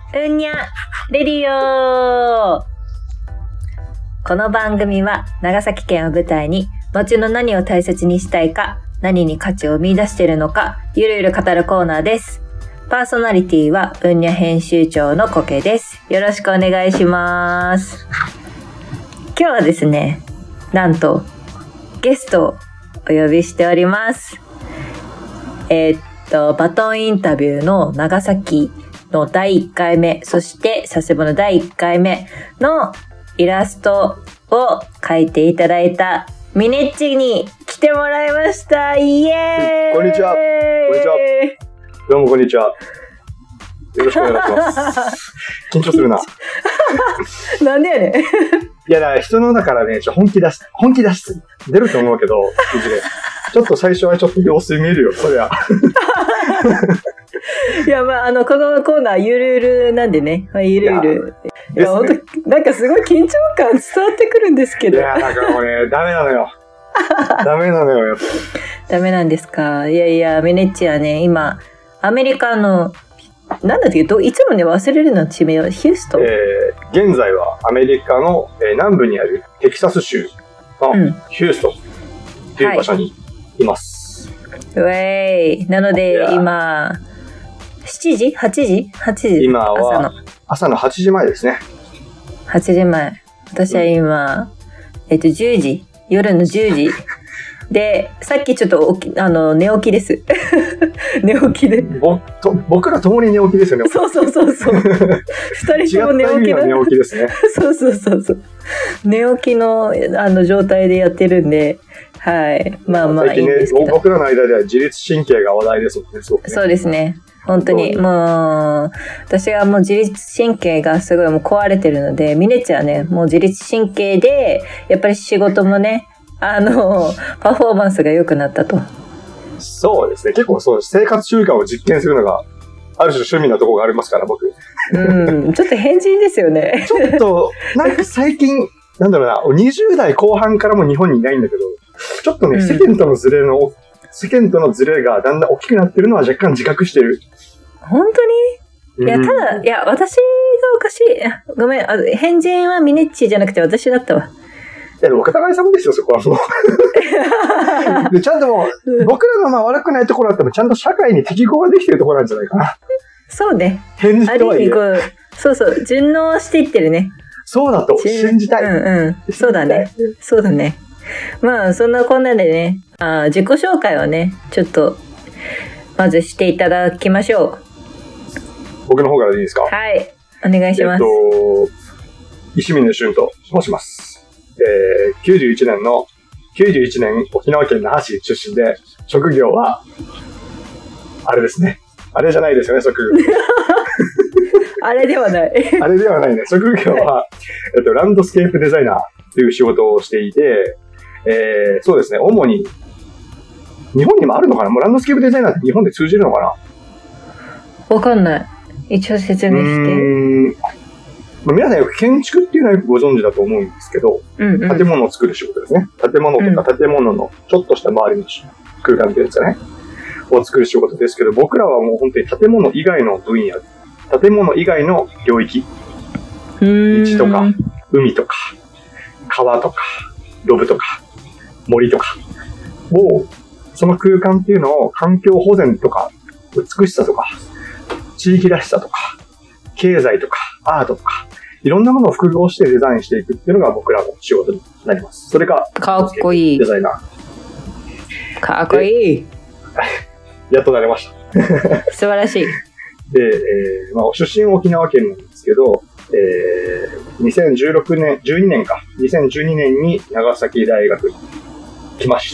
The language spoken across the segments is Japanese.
うんにゃレディオ。この番組は長崎県を舞台に街の何を大切にしたいか、何に価値を見出しているのか、ゆるゆる語るコーナーです。パーソナリティはうんにゃ編集長のコケです。よろしくお願いします。今日はですね、なんとゲストをお呼びしております。バトンインタビューの長崎の第1回目、そして佐世保の第1回目のイラストを描いていただいたミネッチに来てもらいました。イエーイ。 こんにちは。こんにちは。どうもこんにちは。よろしくお願いします。緊張するな。 なんでやねん。 いやだ、人のだからね、本気出し出ると思うけど、ちょっと最初はちょっと様子見るよ、そりゃ。 いや、まあ、このコーナーゆるゆるなんでね、ゆるゆる。いや、本当なんかすごい緊張感伝わってくるんですけど。 いや、なんかもうね、ダメなのよ。ダメなのよ、やっぱ。 ダメなんですか。いやいや、ミネッチはね、今、アメリカの、なんだっけ、いつもね、忘れるの地名はヒューストン。 現在はアメリカの、南部にあるテキサス州のヒューストンという場所にいます。 ウェイ。なので、今、7時 ?8 時 ?8 時今は朝の8時前ですね。 8時前。私は今、10時。夜の10時。で、さっきちょっと寝起きです。寝起きで。 僕ら共に寝起きですよね。 そう。二人とも寝起き寝起きですね。 そう。寝起きの、状態でやってるんで、はい。まあいいんですけど。 僕らの間では自律神経が話題ですもんね。 そうですね。本当に、もう、私はもう自律神経がすごいもう壊れてるので、ミネッチはね、もう自律神経で、やっぱり仕事もね、パフォーマンスが良くなったと。 そうですね。結構そう、生活習慣を実験するのが、ある種趣味なところがありますから、僕。 ちょっと変人ですよね。 ちょっと、なんか最近、なんだろうな、20代後半からも日本にいないんだけど、ちょっとね、世間とのズレがだんだん大きくなってるのは若干自覚してる。 本当に？いや、ただ、いや、私がおかしい。ごめん、変人はミネッチじゃなくて私だったわ。 いや、でもお互い様ですよ、そこはもう。でちゃんともう、僕らの悪くないところだってもちゃんと社会に適合ができてるところなんじゃないかな。 そうね。 変人とはいえ。 そう、順応していってるね。 そうだと信じたい。 そうだね。まあ、そんなこんなでね、自己紹介をね、ちょっと、まずしていただきましょう。 僕の方からでいいですか？ はい。お願いします。 石峰俊と申します。91年沖縄県那覇市出身で、職業は、あれですね。あれじゃないですよね、職業。 あれではない。 あれではないね。職業は、ランドスケープデザイナーという仕事をしていて、そうですね、主に、日本にもあるのかな？もうランドスケープデザイナーって日本で通じるのかな？ わかんない。一応説明して。 皆さんよく建築っていうのはよくご存知だと思うんですけど、建物を作る仕事ですね。建物とか建物のちょっとした周りの空間っていうんですかね。を作る仕事ですけど、僕らはもう本当に建物以外の分野、建物以外の領域、道とか、海とか、川とか、ロブとか、森とかを、その空間っていうのを環境保全とか、美しさとか、地域らしさとか、経済とか、アートとか、いろんなものを複合してデザインしていくっていうのが僕らの仕事になります。それが、 かっこいい。 デザイナー。かっこいい。 やっと慣れました。 素晴らしい。 で、出身沖縄県なんですけど、12年に長崎大学に来まして、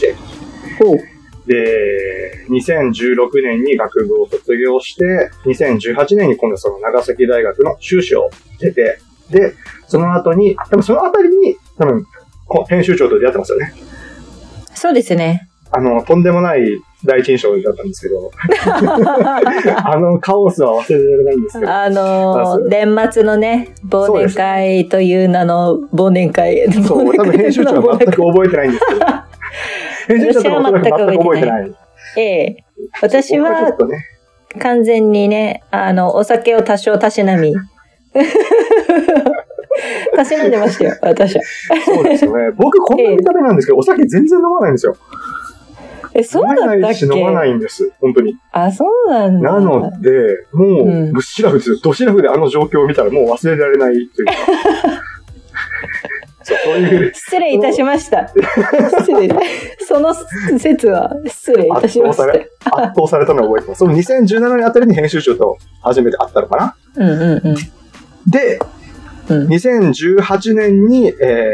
で、2016年に学部を卒業して、2018年に今度その長崎大学の修士を出て、で、その後に、多分そのあたりに、編集長と出会ってますよね。 そうですね。 とんでもない第一印象だったんですけど、カオスは忘れられないんですけど。 年末のね、忘年会という名の忘年会。 そう、多分編集長は全く覚えてないんですけど。編集長は全く覚えてない。 私は、 完全にね、お酒を多少たしなみ。たしなんでましたよ、私は。 そうですよね。僕、こんな見た目なんですけど、お酒全然飲まないんですよ。 そうだったっけ？ 飲めないし飲まないんです。本当に。 あ、そうなんだ。 なので、もう、シラフですよ。ドシラフであの状況を見たらもう忘れられないというか。そういう。失礼いたしました。失礼。その説は失礼いたしました。圧倒されたのを覚えてます。その2017年あたりに編集長と初めて会ったのかな。で、2018年に、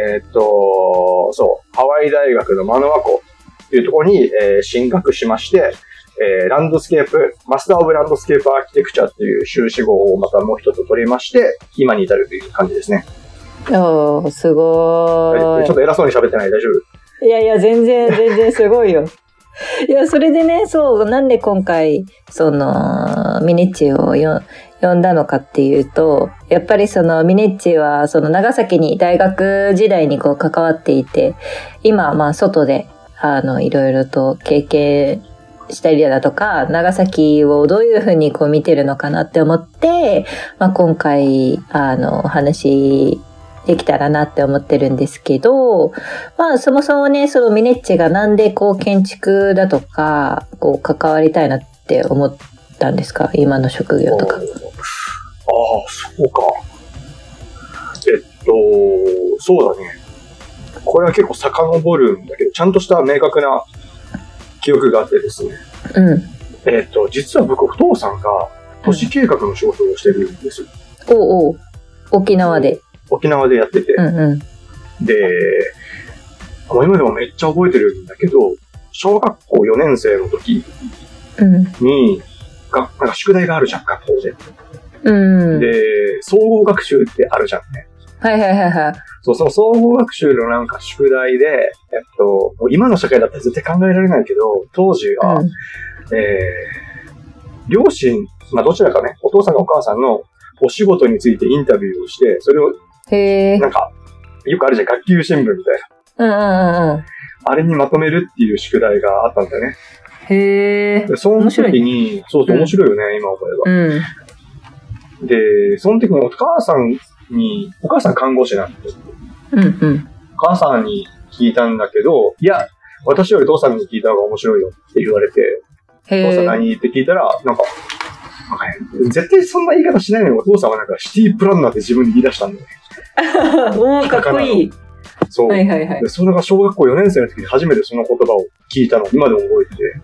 そう、ハワイ大学のマノワ湖というところに、進学しまして、ランドスケープ、マスターオブランドスケープアーキテクチャっていう修士号をまたもう一つ取りまして、今に至るという感じですね。 おー、すごーい。 ちょっと偉そうに喋ってない？大丈夫？ いや、全然すごいよ。いや、それでね、そう、なんで今回、ミネッチを呼んだのかっていうと、やっぱりミネッチは、長崎に大学時代にこう関わっていて、今、外で、いろいろと経験したりだとか、長崎をどういうふうにこう見てるのかなって思って、今回、お話、できたらなって思ってるんですけど、そもそもね、ミネッチがなんでこう建築だとか、こう関わりたいなって思ったんですか？今の職業とか。 そうか。そうだね。これは結構遡るんだけど、ちゃんとした明確な記憶があってですね。実は僕、お父さんが都市計画の仕事をしてるんですよ。 沖縄でやってて。で、今でもめっちゃ覚えてるんだけど、小学校4年生の時に、なんか宿題があるじゃん、学校で。で、総合学習ってあるじゃんね。そう、その総合学習のなんか宿題で、今の社会だったら絶対考えられないけど、当時は、両親、どちらかね、お父さんかお母さんのお仕事についてインタビューをして、それを、なんか、よくあるじゃん、学級新聞みたいな。あれにまとめるっていう宿題があったんだよね。でその時に、そう、面白いよね、今思えば。で、その時にお母さん看護師なんです。お母さんに聞いたんだけど、いや、私より父さんに聞いた方が面白いよって言われて、父さん何って聞いたら、なんか絶対そんな言い方しないのに、お父さんはなんかシティプランナーって自分で言い出したんだよね。 かっこいい。 そう。で、それが小学校4年生の時に初めてその言葉を聞いたのを今でも覚えてて。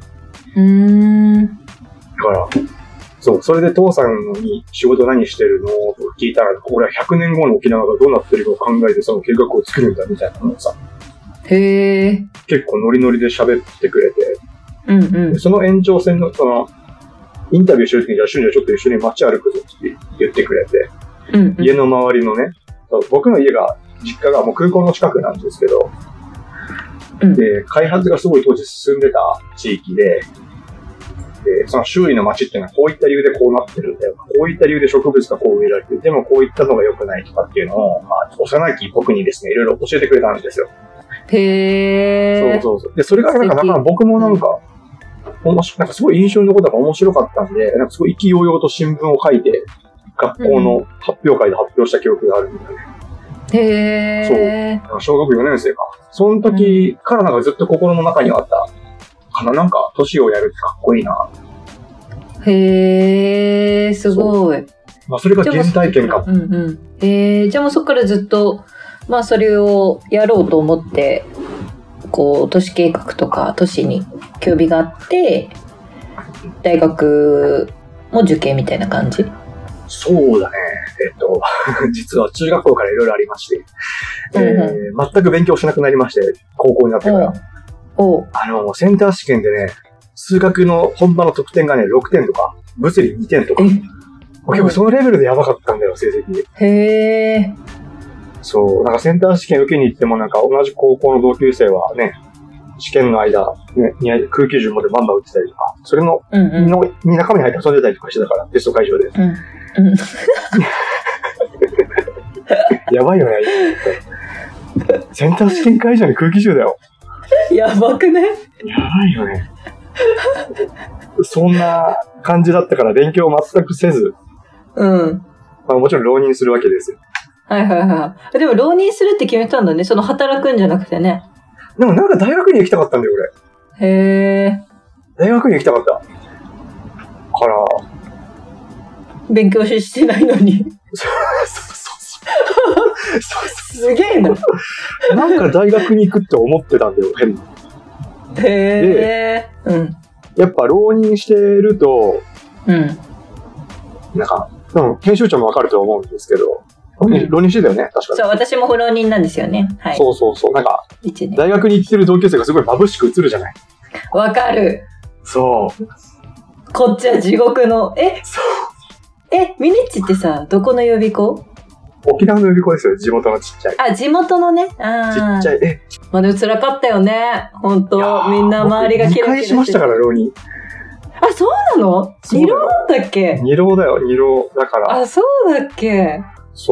だから、そう、それで父さんに仕事何してるのと聞いたら、俺は100年後の沖縄がどうなってるかを考えてその計画を作るんだみたいなのをさ。結構ノリノリで喋ってくれて。その延長線のインタビューしてる時に、じゃあ、ちょっと一緒に街歩くぞって言ってくれて、家の周りのね、僕の家が、実家がもう空港の近くなんですけど、で、開発がすごい当時進んでた地域で、その周囲の街っていうのはこういった理由でこうなってるんだよ。こういった理由で植物がこう植えられてる。でもこういったのが良くないとかっていうのを、幼き僕にですね、いろいろ教えてくれたんですよ。そう。で、それがなんか僕もなんかすごい印象に残ったから面白かったんで、なんかすごい意気揚々と新聞を書いて、学校の発表会で発表した記憶があるんだよね。そう。小学4年生か。その時からなんかずっと心の中にあったかな。なんか、年をやるってかっこいいな。 すごい。 それが原体験かも。 じゃあもうそこからずっと、それをやろうと思って、こう、都市計画とか都市に興味があって、大学も受験みたいな感じ？ そうだね。実は中学校からいろいろありまして、全く勉強しなくなりまして、高校になってから。センター試験でね、数学の本場の得点がね、6点とか、物理2点とか。結構そのレベルでやばかったんだよ、成績。そう、なんかセンター試験受けに行ってもなんか同じ高校の同級生はね、試験の間、ね、空気銃までバンバン撃ってたりとか、それの、に中身に入って遊んでたりとかしてたから、テスト会場で。やばいよね。センター試験会場に空気銃だよ。 やばくね？ やばいよね。 そんな感じだったから勉強を全くせず。 うん。 まあもちろん浪人するわけですよ。 はいはいはい。でも浪人するって決めたんだね。その働くんじゃなくてね。 でもなんか大学に行きたかったんだよ、 俺。へー。 大学に行きたかった。から。 勉強してないのに。すげえな。 なんか大学に行くって思ってたんだよ、変に。 へー。うん。 やっぱ浪人してると、 うん。 なんか、編集長もわかると思うんですけど、浪人してたよね、確かに。 そう、私も浪人なんですよね。はい。 そうそうそう。なんか、大学に行ってる同級生がすごい眩しく映るじゃない。 わかる。 そう。 こっちは地獄の、 そう。 ミニッチってさ、どこの予備校？ 沖縄の予備校ですよ、地元のちっちゃい。 あ、地元のね。 あちっちゃい。 まあでも辛かったよね。ほんと。みんな周りがキラキラして。2 回しましたから、浪人。 あ、そうなの？二浪なんだっけ？ 二浪だよ、二浪だから。 あ、そうだっけ？ そう。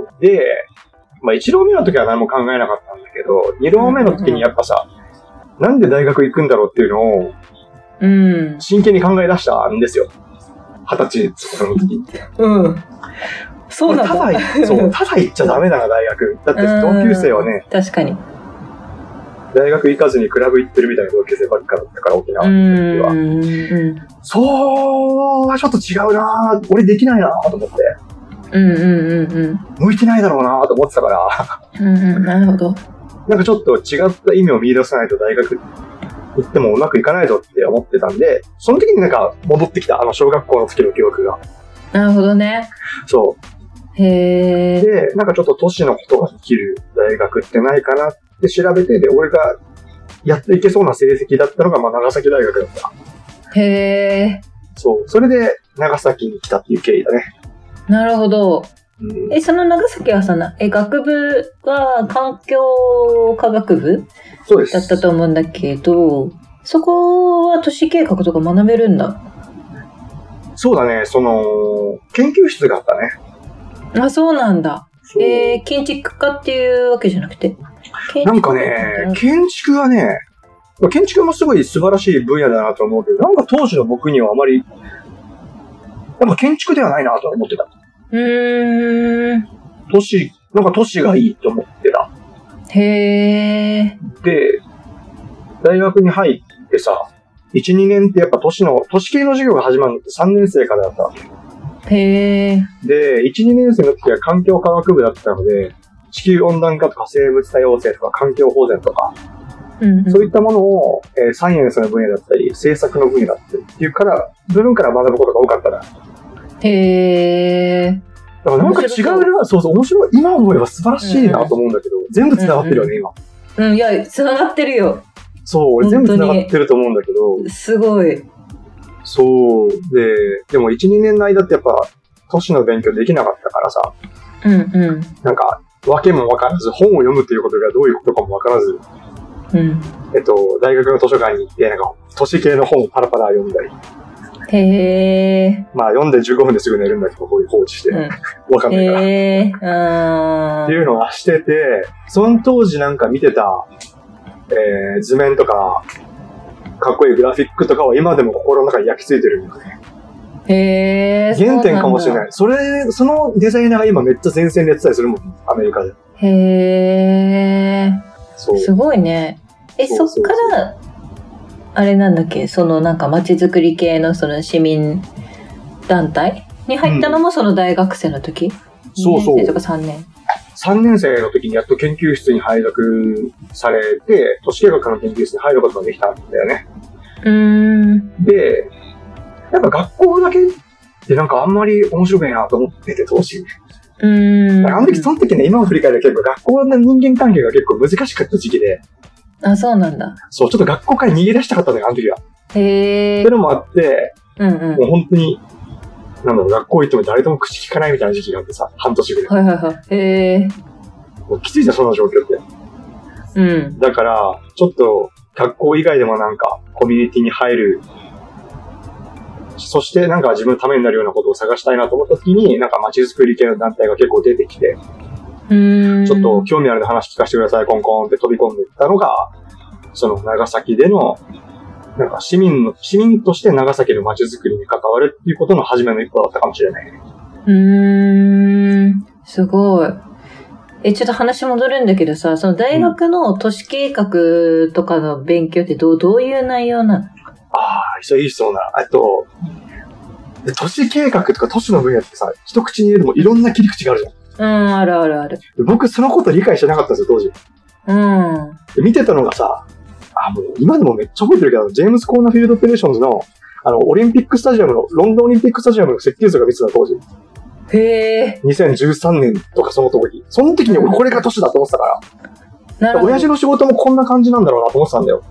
で、まあ一浪目の時は何も考えなかったんだけど、二浪目の時にやっぱさ、なんで大学行くんだろうっていうのを、真剣に考え出したんですよ。20歳の時に。 うん。そうなんだ。 ただ行っちゃダメだな、大学。だって同級生はね、 確かに。 大学行かずにクラブ行ってるみたいな同級生ばっかだったから、沖縄の時は。そうはちょっと違うなぁ。俺できないなぁと思って。向いてないだろうなぁと思ってたから。 なるほど。 なんかちょっと違った意味を見出さないと大学行ってもうまくいかないぞって思ってたんで、その時になんか戻ってきた、小学校の時の記憶が。 なるほどね。 そう。 へー。 で、なんかちょっと都市のことができる大学ってないかなって調べて、で、俺がやっていけそうな成績だったのが、まあ、長崎大学だった。 へー。 そう。それで長崎に来たっていう経緯だね。 なるほど。その長崎はさ、学部は環境科学部そうですだったと思うんだけど、そこは都市計画とか学べるんだ。 そうだね、研究室があったね。 あ、そうなんだ。建築家っていうわけじゃなくて。 なんかね、建築はね、建築もすごい素晴らしい分野だなと思うけど、なんか当時の僕にはあまり、なんか建築ではないなと思ってた。都市がいいと思ってた。 へー。 で、大学に入ってさ、1、2年ってやっぱ都市系の授業が始まるのって3年生からだったわけ。 へー。 で、1、2年生の時は環境科学部だったので、地球温暖化とか生物多様性とか環境保全とか、そういったものを、サイエンスの分野だったり、政策の分野だったりっていう部分から学ぶことが多かったな。 へー。 だからなんか違うな、そう、面白い。今思えば素晴らしいなと思うんだけど、全部繋がってるよね、今。 いや、繋がってるよ。 そう、俺全部繋がってると思うんだけど。 すごい。 そう。でも1、2年の間ってやっぱ、都市の勉強できなかったからさ。なんか、わけもわからず、本を読むっていうことがどういうことかもわからず。大学の図書館に行って、なんか、都市系の本をパラパラ読んだり。 へー。 まあ読んで15分ですぐ寝るんだけど、こういう放置して。わかんないから。っていうのはしてて、その当時なんか見てた、図面とか、かっこいいグラフィックとかは今でも心の中に焼き付いてるんだね。 へー。 原点かもしれない。そのデザイナーが今めっちゃ前線でやってたりするもん、アメリカで。 へー。すごいね。そっから、あれなんだっけ、なんか街づくり系の市民団体に入ったのもその大学生の時？ そうそう。 2年生とか3年。 3年生の時にやっと研究室に配属されて、都市計画の研究室に入ることができたんだよね。で、やっぱ学校だけってなんかあんまり面白くないなと思ってて、当時。その時ね、今を振り返ると結構学校の人間関係が結構難しかった時期で。 あ、そうなんだ。 そう、ちょっと学校から逃げ出したかったんだよ、あの時は。 へー。 ってのもあって、もう本当に、学校行っても誰とも口聞かないみたいな時期があってさ、半年ぐらい。へー。もうきついじゃん、そんな状況って。だから、ちょっと、学校以外でもなんか、コミュニティに入る、そしてなんか自分のためになるようなことを探したいなと思った時に、なんか街づくり系の団体が結構出てきて、ちょっと興味ある話聞かせてください、コンコンって飛び込んでいったのが、その長崎でのなんか市民として長崎の街づくりに関わるっていうことの初めの一歩だったかもしれないね。 すごい。ちょっと話戻るんだけどさ、その大学の都市計画とかの勉強ってどういう内容なの？ それいいそうな。都市計画とか都市の分野ってさ、一口に言えるもいろんな切り口があるじゃん。 ある。 僕そのこと理解してなかったんですよ、当時。で見てたのがさ、もう今でもめっちゃ覚えてるけど、ジェームズ・コーナーフィールド・オペレーションズの、オリンピックスタジアムの、ロンドンオリンピックスタジアムの設計図が見てた当時。 へー。 2013年とかその時に俺これが都市だと思ってたから。 なるほど。 親父の仕事もこんな感じなんだろうなと思ってたんだよ。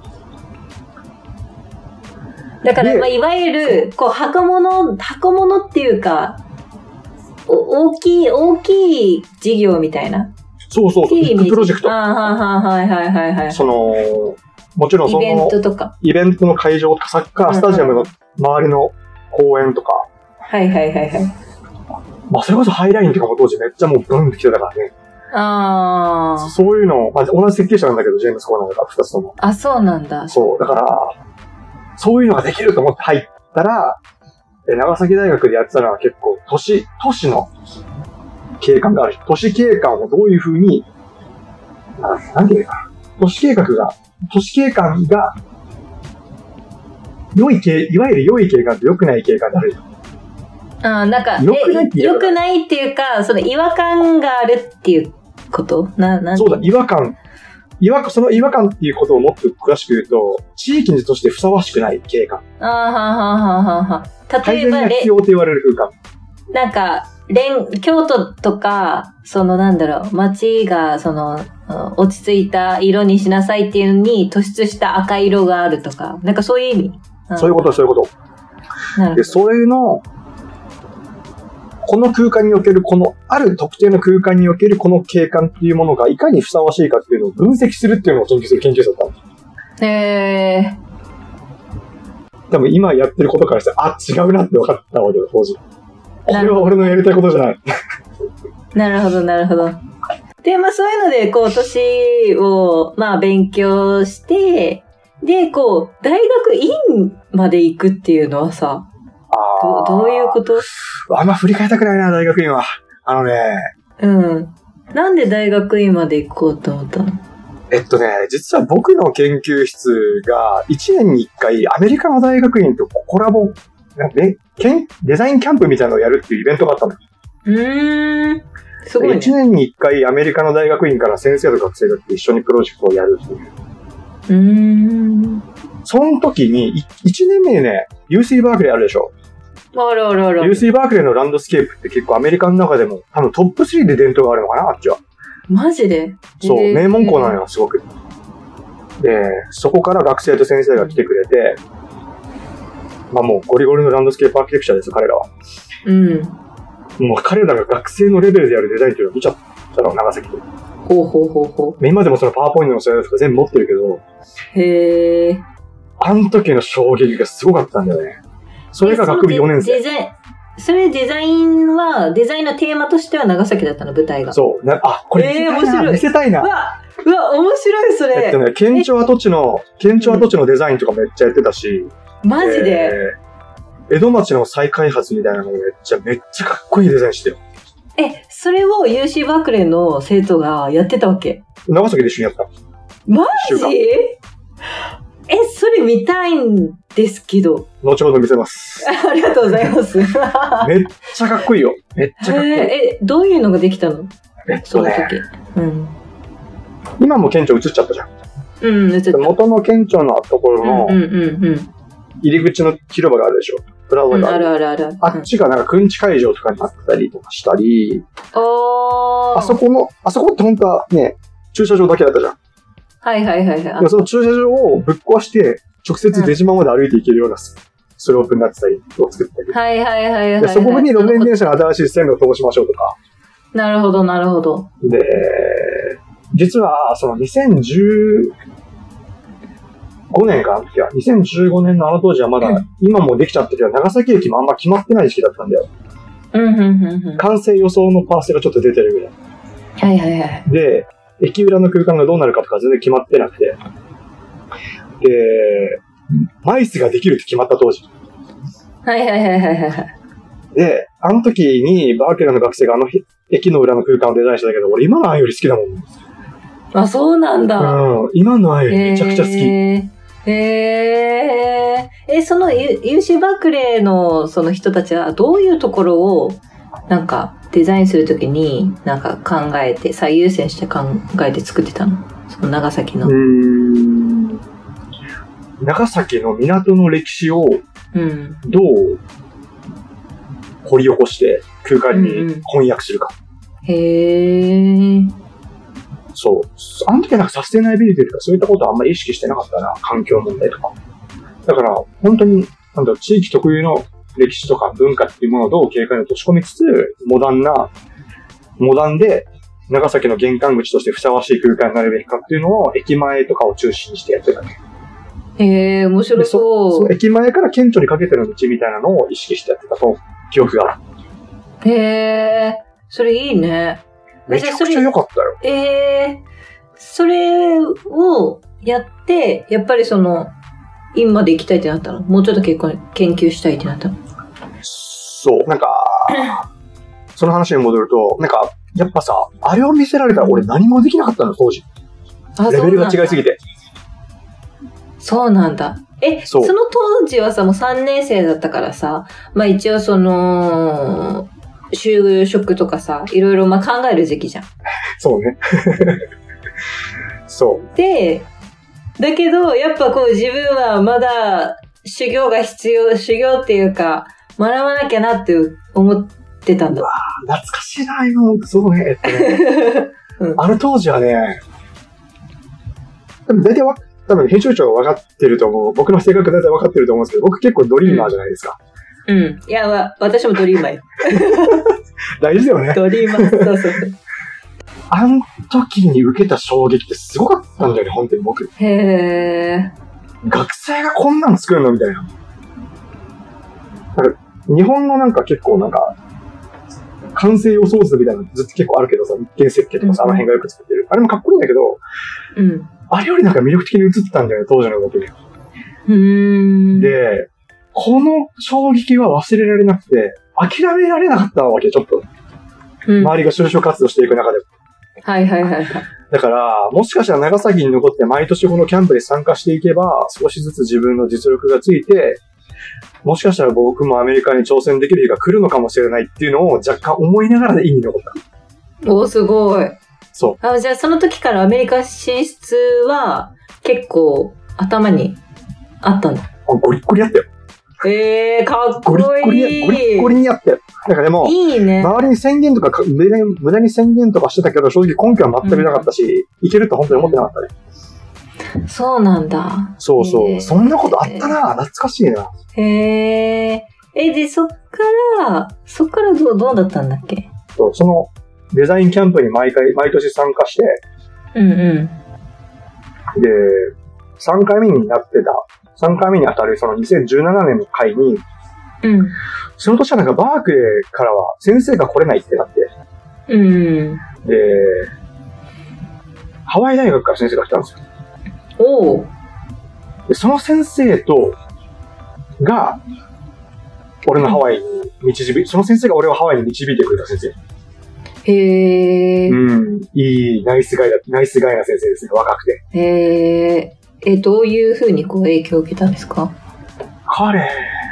だから、いわゆる、箱物っていうか、大きい事業みたいな。 そう、ビッグプロジェクト。 はい。 もちろんその、 イベントとか。 イベントの会場とか、サッカースタジアムの周りの公園とか。 はい。 それこそハイラインとかも当時めっちゃもうブンって来てたからね。そういうの、同じ設計者なんだけど、ジェームズ・コーナーだから、二つとも。 そうなんだ。 そう、だから、そういうのができると思って入ったら、長崎大学でやってたのは結構、都市の景観がある。都市景観をどういう風に、なんていうかな。都市景観が、いわゆる良い景観と良くない景観がある。 なんか、良くないっていうか、その違和感があるっていうことそうだ、違和感。その違和感っていうことをもっと詳しく言うと、地域としてふさわしくない景観。 例えば、 必要と言われる空間。 なんか、京都とか、街が、落ち着いた色にしなさいっていうのに突出した赤色があるとか、なんかそういう意味。 そういうこと。で、そういうのを、この空間における、ある特定の空間におけるこの景観っていうものがいかにふさわしいかっていうのを分析するっていうのを研究する研究者だったんです。 へー。 多分今やってることからして、違うなって分かったわけだ、当時。これは俺のやりたいことじゃない。 なるほど。で、そういうので、都市を、勉強して、で、大学院まで行くっていうのはさ、どういうこと？ あんま振り返りたくないな、大学院は。 なんで大学院まで行こうと思ったの？ 実は僕の研究室が1年に1回アメリカの大学院とコラボ、デザインキャンプみたいなのをやるっていうイベントがあったの。 すごいね。 1年に1回アメリカの大学院から先生と学生が一緒にプロジェクトをやるっていう。その時に、1年目にね、UC バークレーあるでしょ。UC バークレーのランドスケープって結構アメリカの中でも多分トップ3で伝統があるのかな、あっちは。 マジで？ そう、名門校なのよ、すごく。で、そこから学生と先生が来てくれて、もうゴリゴリのランドスケープアーキテクチャですよ、彼らは。もう彼らが学生のレベルでやるデザインっていうのを見ちゃったの、長崎で。今でもそのパワーポイントのスライドとか全部持ってるけど、 へー。 あの時の衝撃がすごかったんだよね。それが学部4年生。 デザインのテーマとしては長崎だったの、舞台が。 そう。これ見せたいな。 うわ、面白い、それ。 県庁跡地のデザインとかめっちゃやってたし。 マジで？ 江戸町の再開発みたいなのめっちゃかっこいいデザインしてよ。 それを UC バークレーの生徒がやってたわけ？ 長崎で一緒にやった。 マジ？それ見たいんですけど。 後ほど見せます。 ありがとうございます。 めっちゃかっこいいよ。めっちゃかっこいい。 どういうのができたの？その時。 今も県庁移っちゃったじゃん。移った。元の県庁のところの入り口の広場があるでしょ。プラザがある。あっちがなんかくんち会場とかになったりとかしたり。あそこって本当はね、駐車場だけだったじゃん。その駐車場をぶっ壊して、直接出島まで歩いていけるようなスロープになってたりを作ったり。で、そこに路面電車の新しい線路を通しましょうとか。 なるほど。 で、実は、その2015年かなって2015年のあの当時はまだ、今もできちゃったけど、長崎駅もあんま決まってない時期だったんだよ。完成予想のパースがちょっと出てるぐらい。で、駅裏の空間がどうなるかとか全然決まってなくて。で、 マイスができるって決まった当時。 はいはいはいはいはい。 で、あの時にバーケラの学生が駅の裏の空間をデザインしたけど、俺今の案より好きだもん。 あ、そうなんだ。 うん。今の案よりめちゃくちゃ好き。 そのUC バークレーのその人たちはどういうところをなんかデザインするときになんか考えて最優先して考えて作ってたの？その長崎の。 長崎の港の歴史をどう掘り起こして空間に翻訳するか。そう。あの時はなんかサステナビリティとかそういったことはあんまり意識してなかったな。環境問題とか。だから、本当に、地域特有の歴史とか文化っていうものをどう経過に落とし込みつつ、モダンで、長崎の玄関口としてふさわしい空間になるべきかっていうのを、駅前とかを中心にしてやってたね。 面白そう。 駅前から顕著にかけての道みたいなのを意識してやってたと、記憶がある。それいいね。 めちゃくちゃ良かったよ。 それをやって、やっぱり院まで行きたいってなったの？もうちょっと研究したいってなったの？ そう。なんか、その話に戻ると、なんか、やっぱさ、あれを見せられたら俺何もできなかったの、当時。レベルが違いすぎて。 そうなんだ。その当時はさ、もう3年生だったからさ、まあ一応就職とかさ、いろいろ考える時期じゃん。 そうね。そう。 で、だけど、やっぱ自分はまだ修行っていうか、学ばなきゃなって思ってたんだ。 うわぁ、懐かしいな、今、そうね。あの当時はね、多分編集長は分かってると思う。僕の性格大体分かってると思うんですけど、僕結構ドリーマーじゃないですか。 いや、私もドリーマーよ。 大事だよね。 ドリーマー、そう。 あの時に受けた衝撃ってすごかったんだよね、本当に僕。学生がこんなの作るのみたいな。日本のなんか結構なんか、完成予想図みたいなのずっと結構あるけどさ、一見設計とかさ、あの辺がよく作ってる。あれもかっこいいんだけど、あれよりなんか魅力的に映ってたんだよね、当時の動きに。で、この衝撃は忘れられなくて、諦められなかったわけ、ちょっと。周りが就職活動していく中で。だから、もしかしたら長崎に残って毎年このキャンプに参加していけば、少しずつ自分の実力がついて、もしかしたら僕もアメリカに挑戦できる日が来るのかもしれないっていうのを若干思いながらで意味残った。 すごい。 そう。 じゃあその時からアメリカ進出は結構頭にあったんだ。 ゴリッゴリやったよ。 かっこいい。 ゴリッゴリにやって。なんかでも、 いいね。 周りに宣言とか、無駄に宣言とかしてたけど、正直根拠は全くなかったし、いけると本当に思ってなかったね。 そうなんだ。 そう。そんなことあったな。懐かしいな。 で、そっからどうだったんだっけ？ その、デザインキャンプに毎年参加して、で、3回目に当たるその2017年の回に、その年はなんかバークレーからは先生が来れないってなって、で、ハワイ大学から先生が来たんですよ。で、その先生が、俺のハワイにその先生が俺をハワイに導いてくれた先生。いい、ナイスガイな先生ですね、若くて。 どういう風に影響を受けたんですか？ 彼、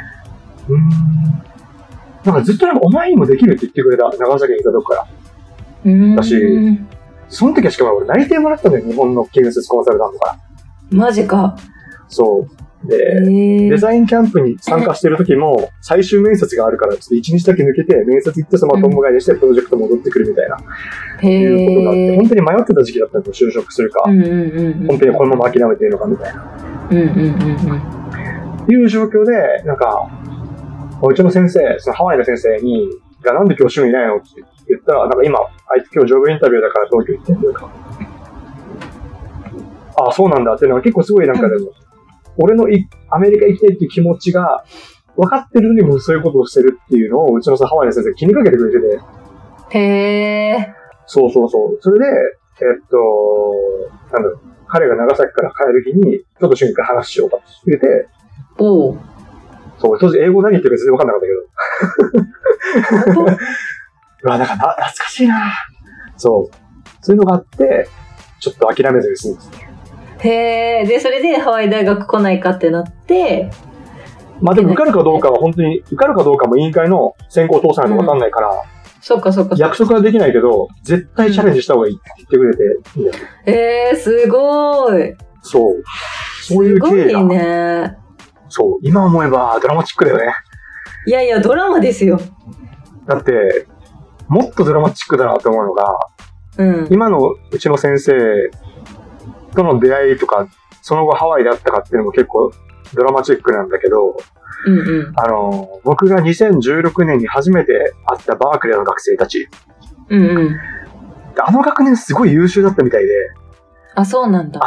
なんかずっとお前にもできるって言ってくれた、長崎にいたとこから。だし、その時はしかも俺内定もらったんだよ、日本の建設コンサルタントから。 マジか。 そう。で、デザインキャンプに参加してる時も、最終面接があるから、ちょっと1日だけ抜けて、面接行ってそのまま友帰りしてプロジェクト戻ってくるみたいな、いうことがあって、本当に迷ってた時期だったんですよ、就職するか。本当にこのまま諦めていいのかみたいな。いう状況で、なんか、うちの先生、そのハワイの先生がなんで今日週にいないのって言ったら、なんか今、あいつ今日ジョブインタビューだから東京行ってんというか。ああ、そうなんだっていうのが結構すごいなんかでも、俺のアメリカ行きたいっていう気持ちが分かってるのにもそういうことをしてるっていうのをうちのハワイの先生気にかけてくれてて。そう。それで、彼が長崎から帰る日にちょっと週に1回話しようかって言って、 ほう。 そう、当時英語何言ってるか全然わかんなかったけど。うわ、なんか懐かしいな。そう。そういうのがあって、ちょっと諦めずに済むんですね。 へえ。で、それでハワイ大学来ないかってなって、 まあでも受かるかどうかは本当に、受かるかどうかも委員会の選考を通さないとわかんないから、 そっか。 約束はできないけど、絶対チャレンジした方がいいって言ってくれていいんだよ。 すごい。 そう。そういう経緯が。 すごいね。 そう。今思えばドラマチックだよね。 いやいや、ドラマですよ。 だって、もっとドラマチックだなと思うのが、今のうちの先生との出会いとか、その後ハワイであったかっていうのも結構ドラマチックなんだけど、僕が2016年に初めて会ったバークレーの学生たち。あの学年すごい優秀だったみたいで。 あ、そうなんだ。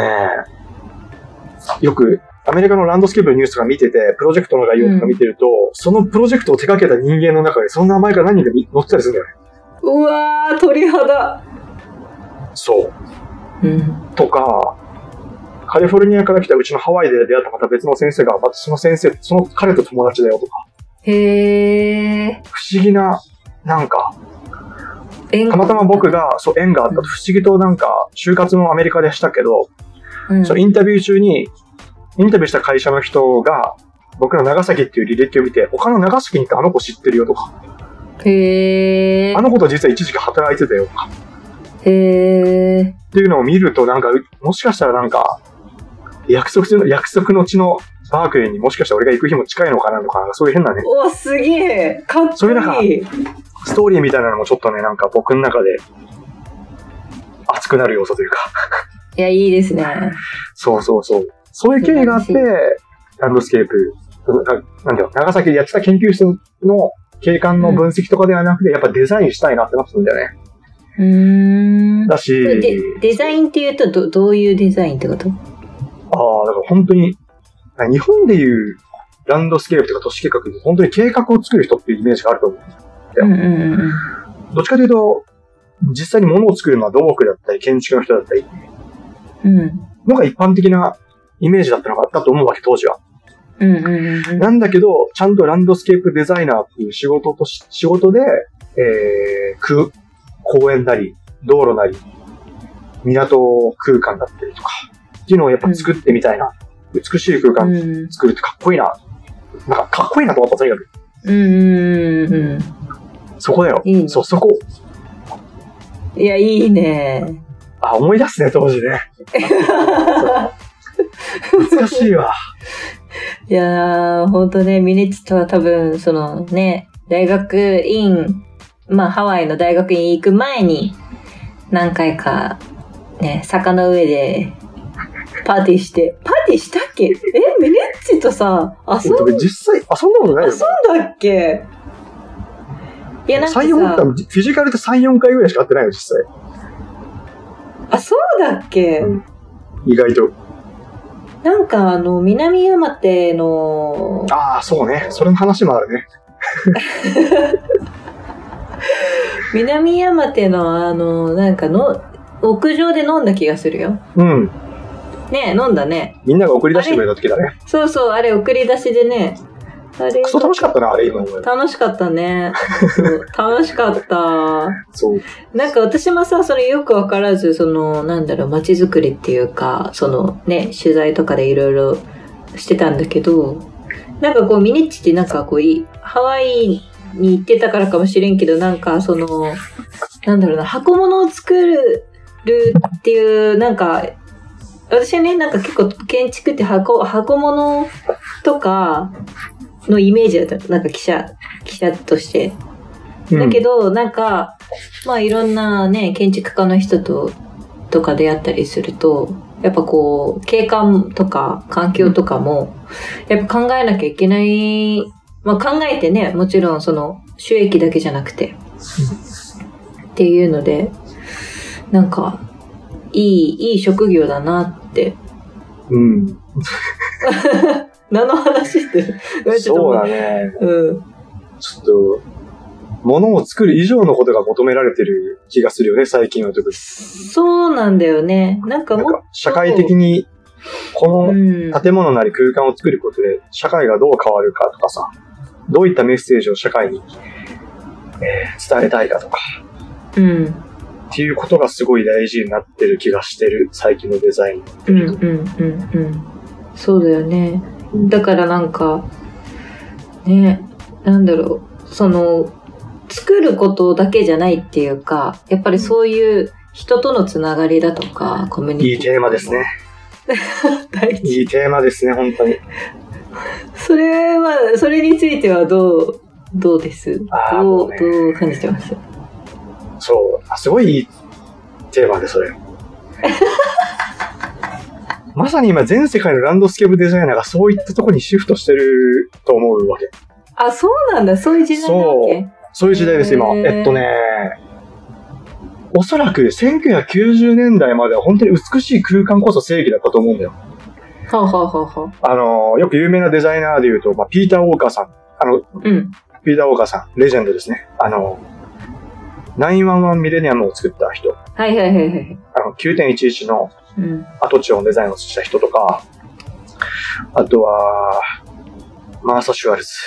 よくアメリカのランドスケープのニュースとか見てて、プロジェクトの概要とか見てると、そのプロジェクトを手掛けた人間の中でその名前が何人か載ってたりするんだよね。 うわー、鳥肌。 そう。とか、カリフォルニアから来たうちのハワイで出会ったまた別の先生が、その彼と友達だよとか。 へー。 不思議な、なんか、たまたま僕が、縁があったと、不思議となんか、就活もアメリカでしたけど、インタビュー中に、インタビューした会社の人が、僕の長崎っていう履歴を見て、他の長崎に行ってあの子知ってるよとか。 へー。 あの子と実は一時期働いてたよとか。 へー。 っていうのを見ると、なんか、もしかしたらなんか、約束の地のバークレーにもしかしたら俺が行く日も近いのかなとか、そういう変なね。 お、すげえ。かっこいい。 そういうなんか、ストーリーみたいなのもちょっとね、なんか僕の中で熱くなる要素というか。 いや、いいですね。 そう。そういう経緯があって、ランドスケープ、なんだよ、長崎でやってた研究室の景観の分析とかではなくて、やっぱデザインしたいなってなってたんだよね。だし、 デザインっていうとどういうデザインってこと？ だから本当に、日本でいうランドスケープとか都市計画で本当に計画を作る人っていうイメージがあると思うんですよ。どっちかというと、実際に物を作るのは土木だったり、建築の人だったり、のが一般的なイメージだったのがあったと思うわけ、当時は。なんだけど、ちゃんとランドスケープデザイナーっていう仕事で、公園なり、道路なり、港空間だったりとか、っていうのをやっぱ作ってみたいな。美しい空間作るってかっこいいな。なんかかっこいいなと思った、とにかく。そこだよ。いいね、そこ。 いや、いいね。 思い出すね、当時ね。難しいわ。 いやー、ほんとね、ミネッチとは多分、そのね、大学院、ハワイの大学院行く前に、何回か、ね、坂の上で、パーティーしたっけ？ミネッチとさ、 実際、遊んだことないよ。 遊んだっけ？いや、なんかさ、 フィジカルで3、4回ぐらいしか会ってないよ、実際。 そうだっけ？ 意外と。 なんか南山手の。 そうね。それの話もあるね。 南山手のなんか屋上で飲んだ気がするよ。ね、飲んだね。 みんなが送り出してくれた時だね。 そう、あれ送り出しでね。 クソ楽しかったな、あれ今。 楽しかったね。楽しかった。 そう。 なんか私もさ、それよくわからず、街づくりっていうか、取材とかでいろいろしてたんだけど、なんかミネッチってなんかハワイに行ってたからかもしれんけど、なんか箱物を作るっていう、なんか、私はね、なんか結構建築って箱物とかのイメージだった。なんか記者として。だけど、なんか、いろんなね、建築家の人とか出会ったりすると、やっぱ景観とか環境とかも、やっぱ考えなきゃいけない、考えてね、もちろん収益だけじゃなくて、っていうので、なんか、いい職業だなって。何の話してる？ そうだね。ちょっと、物を作る以上のことが求められてる気がするよね、最近は特に。 そうなんだよね。なんか社会的にこの建物なり空間を作ることで社会がどう変わるかとかさ、どういったメッセージを社会に、伝えたいかとか、っていうことがすごい大事になってる気がしてる、最近のデザイン。 そうだよね。だからなんかね、なんだろう、その作ることだけじゃないっていうか、やっぱりそういう人とのつながりだとか、コミュニティ。 いいテーマですね。いいテーマですね、本当に。 それについてはどうです？どう感じてます？ そう、すごいいいテーマで、それ。まさに今全世界のランドスケープデザイナーがそういったところにシフトしてると思うわけ。 あ、そうなんだ。そういう時代なわけ？ そういう時代です、今。おそらく1990年代までは本当に美しい空間こそ正義だったと思うんだよ。よく有名なデザイナーで言うと、ピーター・ウォーカーさん。ピーター・ウォーカーさん、レジェンドですね。911ミレニアムを作った人。9.11 の跡地のデザインをした人とか、あとは、マーサ・シュワルツ。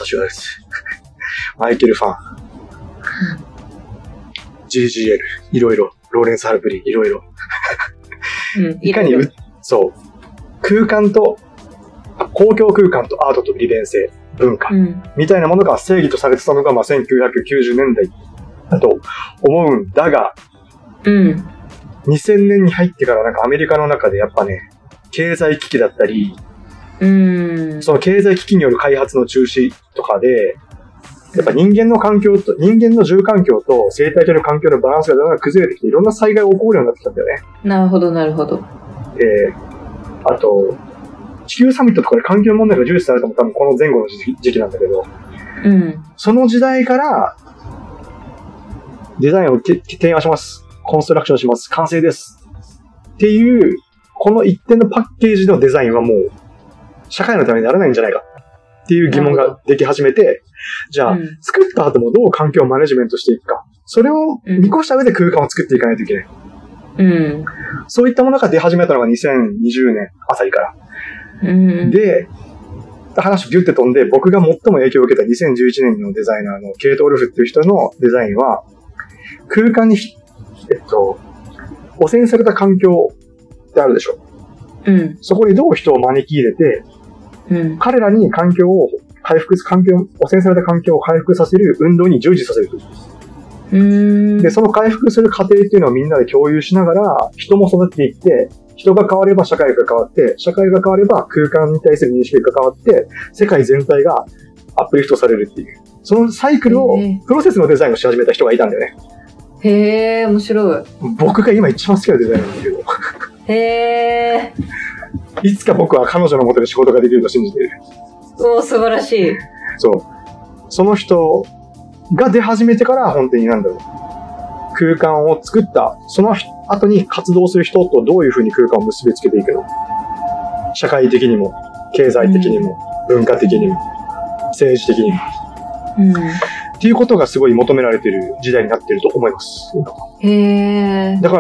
マイケル・ファン。GGL。いろいろ。ローレンス・ハルプリン。いろいろ。いかに、そう。空間と、公共空間とアートと利便性、文化、みたいなものが正義とされてたのが、1990年代だと思うんだが、2000年に入ってからなんかアメリカの中でやっぱね、経済危機だったり、その経済危機による開発の中止とかで、やっぱ人間の住環境と生態系の環境のバランスがだんだん崩れてきて、いろんな災害が起こるようになってきたんだよね。 なるほど。 あと、地球サミットとかで環境問題が重視されたのも多分この前後の時期なんだけど、その時代からデザインを提案します。コンストラクションします。完成です。っていう、この一点のパッケージのデザインはもう、社会のためにならないんじゃないかっていう疑問ができ始めて、じゃあ、作った後もどう環境をマネジメントしていくか。それを見越した上で空間を作っていかないといけない。そういったものが出始めたのが2020年あたりから。で、話ビュって飛んで、僕が最も影響を受けた2011年のデザイナーのケイト・オルフっていう人のデザインは、空間に、汚染された環境ってあるでしょ。そこにどう人を招き入れて、彼らに汚染された環境を回復させる運動に従事させる。で、その回復する過程っていうのをみんなで共有しながら、人も育てていって、人が変われば社会が変わって、社会が変われば空間に対する認識が変わって、世界全体がアップリフトされるっていう。そのサイクルを、プロセスのデザインをし始めた人がいたんだよね。 へー、面白い。 僕が今一番好きなデザインなんだけど。 へー。 いつか僕は彼女のもとで仕事ができると信じている。 おー、素晴らしい。 そう。その人が出始めてから、本当に空間を作った、その後に活動する人とどういうふうに空間を結びつけていくの？社会的にも、経済的にも、文化的にも、政治的にも。っていうことがすごい求められている時代になっていると思います。 へー。 だから、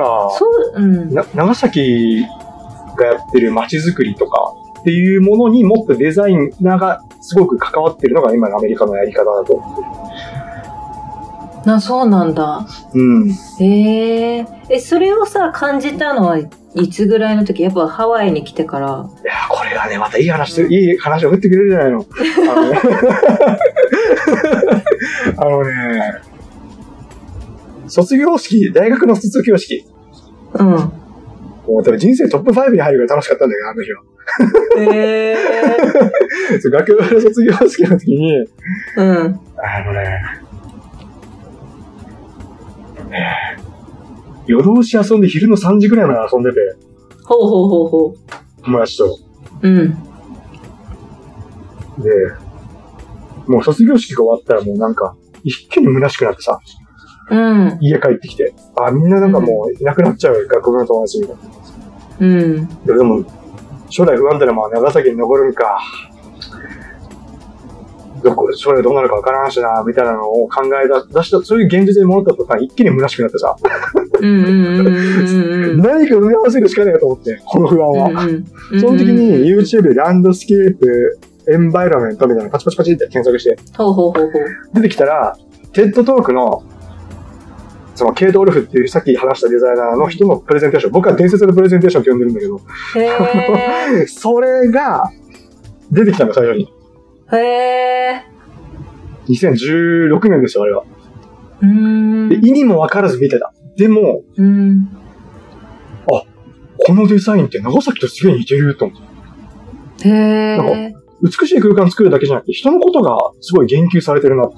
長崎がやってる街づくりとかっていうものにもっとデザイナーがすごく関わってるのが今のアメリカのやり方だと思ってる。 そうなんだ。それをさ、感じたのはいつぐらいの時？やっぱハワイに来てから？いや、これがね、またいい話を振ってくれるじゃないの。大学の卒業式。もう多分人生トップ5に入るぐらい楽しかったんだけど、あの日は。学部の卒業式の時に、夜通し遊んで昼の3時ぐらいまで遊んでて。友達と。で、もう卒業式が終わったらもうなんか、一気に虚しくなってさ。家帰ってきて。みんななんかもういなくなっちゃう、学部の友達みたいな。でも、将来不安だら長崎に残るんか。将来どうなるかわからんしな、みたいなのを考え出した、そういう現実に戻った途端一気に虚しくなってさ。 何か埋め合わせるしかないと思って、この不安は。その時に YouTube でランドスケープ、エンバイロメントみたいなのパチパチパチって検索して、出てきたら、テッドトークの、そのケイド・オルフっていうさっき話したデザイナーの人のプレゼンテーション、僕は伝説のプレゼンテーションって呼んでるんだけど、それが出てきたの、最初に。2016年ですよ、あれは。で意味も分からず見てた。でも、あ、このデザインって長崎とすげえ似てると思って。なんか美しい空間作るだけじゃなくて、人のことがすごい言及されてるな。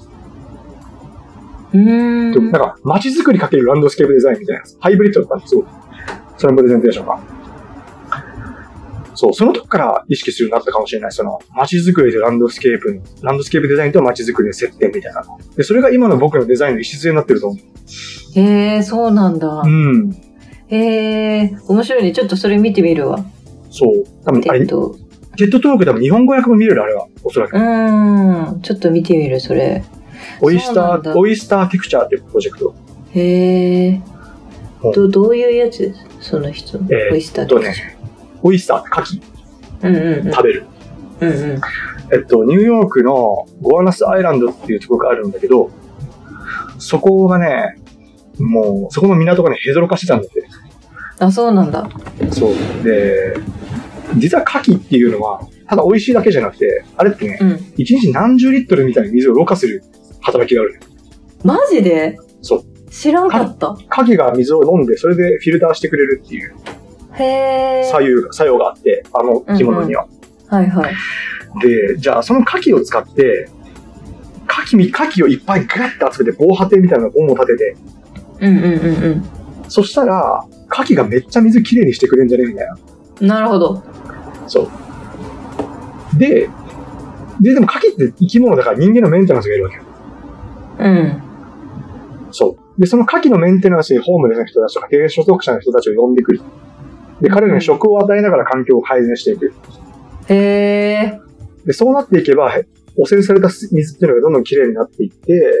なんか、街づくりかけるランドスケープデザインみたいな、ハイブリッドだったんですよ。そのプレゼンテーションが。そう、その時から意識するようになったかもしれない。その、街づくりでランドスケープデザインと街づくりの接点みたいな。で、それが今の僕のデザインの礎になってると思う。 そうなんだ。面白いね。ちょっとそれ見てみるわ。 そう。多分、テッドトーク多分日本語訳も見れる、あれは。おそらく。 ちょっと見てみる、それ。 オイスターテクチャーっていうプロジェクト。 どういうやつその人。オイスターテクチャー。 オイスターって牡蠣。食べる。ニューヨークのゴアナスアイランドっていうところがあるんだけど、そこがね、もう、そこの港がね、ヘドロ化してたんだって。 あ、そうなんだ。 そう。で、実は牡蠣っていうのは、ただ美味しいだけじゃなくて、あれってね、一日何十リットルみたいな水をろ過する働きがある。 マジで？ そう。 知らんかった。 牡蠣が水を飲んで、それでフィルターしてくれるっていう。作用があって、あの生き物には。で、じゃあその牡蠣を使って、牡蠣をいっぱいガッと集めて防波堤みたいなゴムを立てて、そしたら、牡蠣がめっちゃ水きれいにしてくれるんじゃねみたいな。 なるほど。 そう。でも牡蠣って生き物だから人間のメンテナンスがいるわけよ。そう。で、その牡蠣のメンテナンスにホームレスの人たちとか低所得者の人たちを呼んでくる。で、彼らに食を与えながら環境を改善していく。で、そうなっていけば、汚染された水っていうのがどんどんきれいになっていって、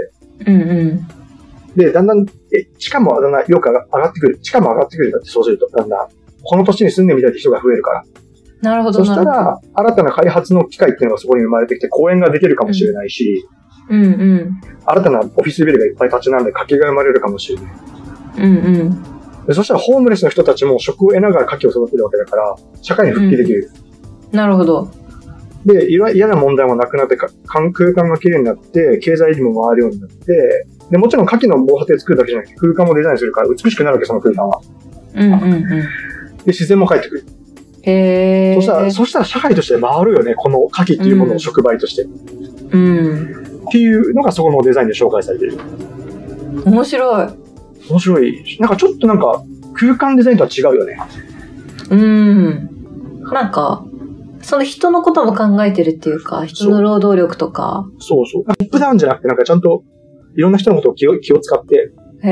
で、だんだん、地価もだんだんよく上がってくる。地価も上がってくるんだって、そうすると、だんだん、この土地に住んでみたいって人が増えるから。 なるほど。 そしたら、新たな開発の機会っていうのがそこに生まれてきて、公園ができるかもしれないし、新たなオフィスビルがいっぱい立ち並んで、活気が生まれるかもしれない。でそしたら、ホームレスの人たちも食を得ながら牡蠣を育てるわけだから、社会に復帰できる。 なるほど。 で、嫌な問題もなくなって、空間がきれいになって、経済にも回るようになって、で、もちろん牡蠣の防波堤作るだけじゃなくて、空間もデザインするから美しくなるわけ、その空間は。で、自然も帰ってくる。そしたら社会として回るよね、この牡蠣っていうものを触媒として。っていうのがそこのデザインで紹介されている。 面白い。 なんかちょっとなんか空間デザインとは違うよね。 なんか、その人のことも考えてるっていうか、人の労働力とか。 そう。トップダウンじゃなくて、なんかちゃんといろんな人のことを気を使って。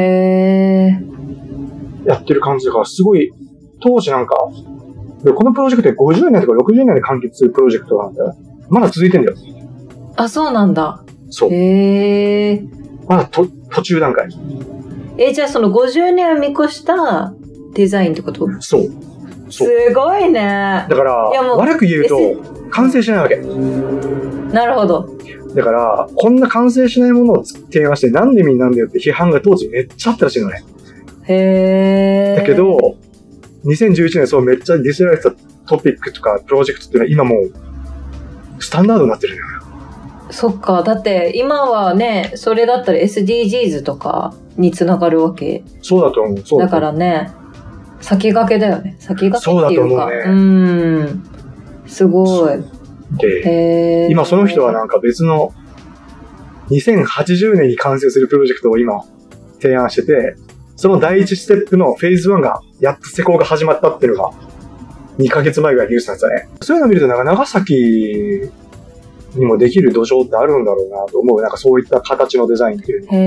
やってる感じだから、すごい、当時なんか、でこのプロジェクトで50年とか60年で完結するプロジェクトなんだよ。まだ続いてんだよ。 あ、そうなんだ。 そう。まだ途中段階。 じゃあその50年を見越したデザインってこと？ そう。 すごいね。 だから、悪く言うと、完成しないわけ。 なるほど。 だから、こんな完成しないものを提案して、なんでみんななんだよって批判が当時めっちゃあったらしいのね。だけど、2011年そうめっちゃディスられてたトピックとかプロジェクトっていうのは今もう、スタンダードになってるのよ。 そっか。だって今はね、それだったら SDGs とかにつながるわけ。 そうだと思う。 だからね、先駆けだよね。先駆けっていうか。 そうだと思うね。すごい。 で、今その人はなんか別の2080年に完成するプロジェクトを今提案してて、その第一ステップのフェーズ1がやっと施工が始まったっていうのが2ヶ月前ぐらいニュースなんですよね。そういうのを見るとなんか長崎にもできる土壌ってあるんだろうなと思う。なんかそういった形のデザインっていう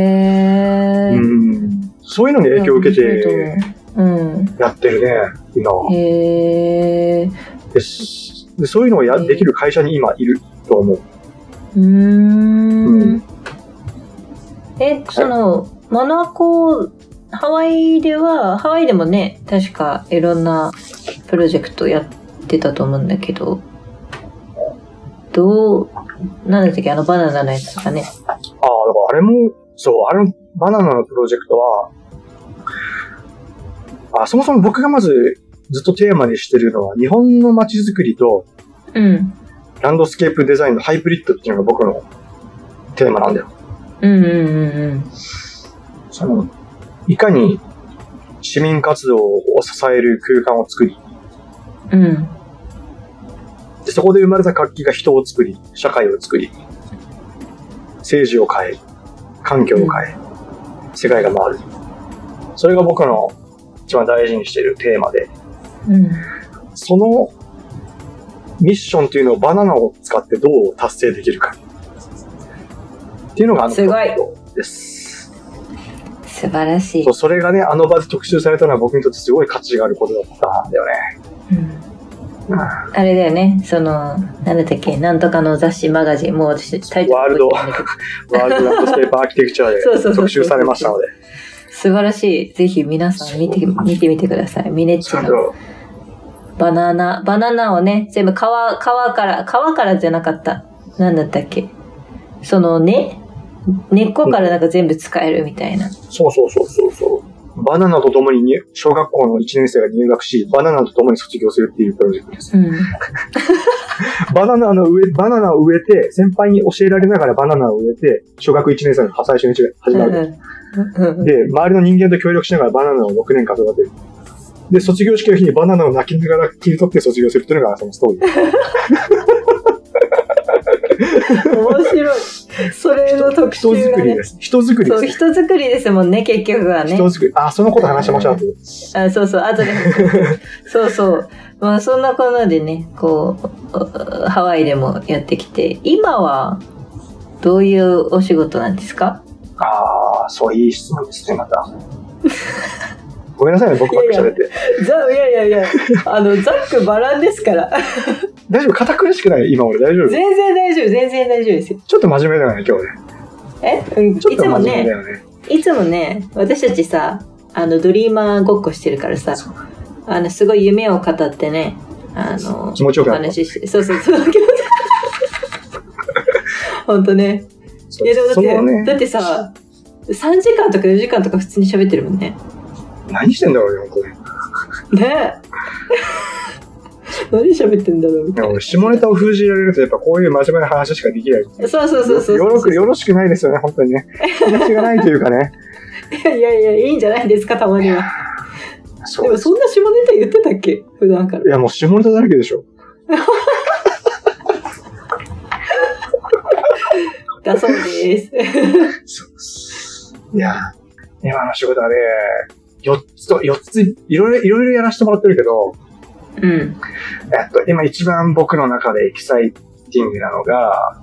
の。そういうのに影響を受けてやってるね、今は。でそういうのをできる会社に今いると思う。 そのマナコハワイでもね、確かいろんなプロジェクトやってたと思うんだけど、なんだったっけ、バナナのやつとかね。 だからあれも、そう、バナナのプロジェクトは、そもそも僕がまずずっとテーマにしてるのは、日本の街づくりと、ランドスケープデザインのハイブリッドっていうのが僕のテーマなんだよ。いかに市民活動を支える空間を作り、でそこで生まれた活気が人を作り、社会を作り、政治を変え、環境を変え、世界が回る。それが僕の一番大事にしているテーマで、そのミッションというのをバナナを使ってどう達成できるかっていうのがプロジェクトです。 素晴らしい。 それがね、あの場で特集されたのは僕にとってすごい価値があることだったんだよね。 あれだよね、なんだったっけ、なんとかの雑誌マガジン、もう私タイトルワールドランドスケープアーキテクチャーで特集されましたので。 素晴らしい。ぜひ皆さん見てみてください。ミネッチのバナナをね、全部皮からじゃなかった。なんだったっけ。根っこからなんか全部使えるみたいな。 そう。バナナと共に小学校の1年生が入学し、バナナと共に卒業するっていうプロジェクトです。バナナを植えて、先輩に教えられながらバナナを植えて、小学1年生の最初の日が始まる。で、周りの人間と協力しながらバナナを6年間育てる。で、卒業式の日にバナナを泣きながら切り取って卒業するっていうのがそのストーリー。 面白い。それの特集がね。 人作りです。人作りです。 そう、人作りですもんね、結局はね。 人作り。そのこと話しましょう。 そう、後で。そう。まあ、そんなこんなでね、ハワイでもやってきて、今はどういうお仕事なんですか？ そう、いい質問ですね、また。ごめんなさいね、僕ばっか喋って。 いや、ざっくばらんですから。 大丈夫？堅苦しくない？今俺大丈夫？ 全然大丈夫ですよ。 ちょっと真面目だよね、今日ね。ちょっと真面目だよね。 いつもね、私たちさ、ドリーマーごっこしてるからさ、すごい夢を語ってね、 気持ちよくなる。 話して、そう。ほんとね。いやでもだってさ、3時間とか4時間とか普通に喋ってるもんね。 何してんだろうね、本当に。 ねえ。何喋ってんだろうみたいな。 下ネタを封じられるとやっぱこういう真面目な話しかできない。 そうよろしくないですよね、本当にね。話がないというかね。 いや、いいんじゃないですか、たまには。でもそんな下ネタ言ってたっけ、普段から。 いや、もう下ネタだらけでしょ。 だそうです。 いや、今の仕事はね、4ついろいろやらせてもらってるけど、今一番僕の中でエキサイティングなのが、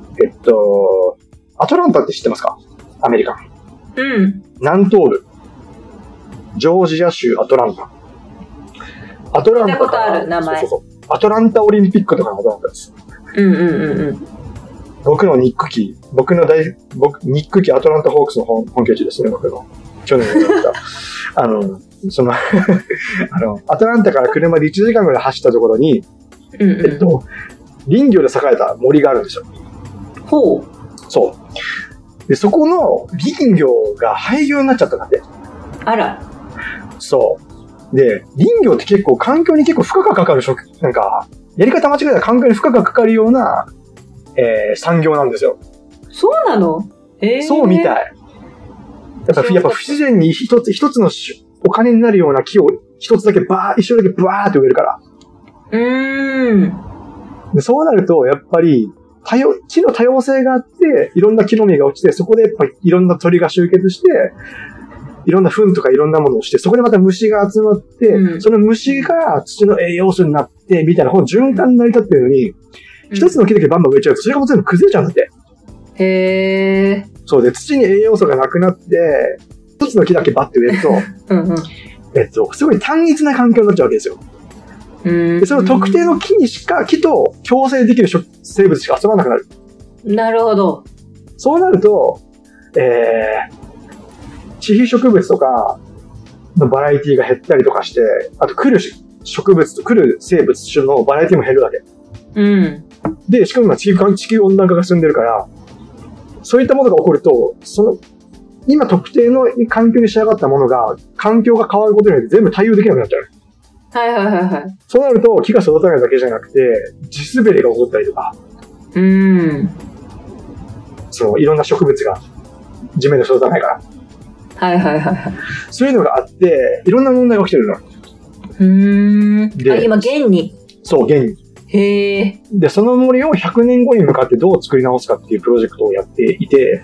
アトランタって知ってますか？アメリカ。南東部。ジョージア州アトランタ。 聞いたことある名前。 そう。アトランタオリンピックとかのアトランタです。僕のニックキーアトランタホークスの本拠地ですね、僕の。去年やった。アトランタから車で1時間ぐらい走ったところに、林業で栄えた森があるんですよ。 ほう。 そう。で、そこの林業が廃業になっちゃったんだって。 あら。 そう。で、林業って結構環境に結構負荷がかかるなんか、やり方間違えたら環境に負荷がかかるような、産業なんですよ。 そうなの？ そうみたい。やっぱ不自然に一つのお金になるような木を一生だけブワーって植えるから。でそうなると、やっぱり、木の多様性があって、いろんな木の実が落ちて、そこでやっぱりいろんな鳥が集結して、いろんな糞とかいろんなものをして、そこでまた虫が集まって、その虫が土の栄養素になって、みたいな、この循環に成り立ってるのに、一つの木だけバンバン植えちゃうと、それがもう全部崩れちゃうんだって。 へー。 そうで、土に栄養素がなくなって、一つの木だけバッて植えると、すごい単一な環境になっちゃうわけですよ。でその特定の木と共生できる生物しか集まらなくなる。 地被植物とかのバラエティが減ったりとかして、あと来る植物と来る生物種のバラエティも減るわけ。で、しかも今地球温暖化が進んでるから、そういったものが起こると、今特定の環境に仕上がったものが、環境が変わることによって全部対応できなくなっちゃう。そうなると、木が育たないだけじゃなくて、地滑りが起こったりとか、いろんな植物が地面で育たないから。そういうのがあって、いろんな問題が起きてるの。 で、今、現に。 そう、現に。で、その森を100年後に向かってどう作り直すかっていうプロジェクトをやっていて、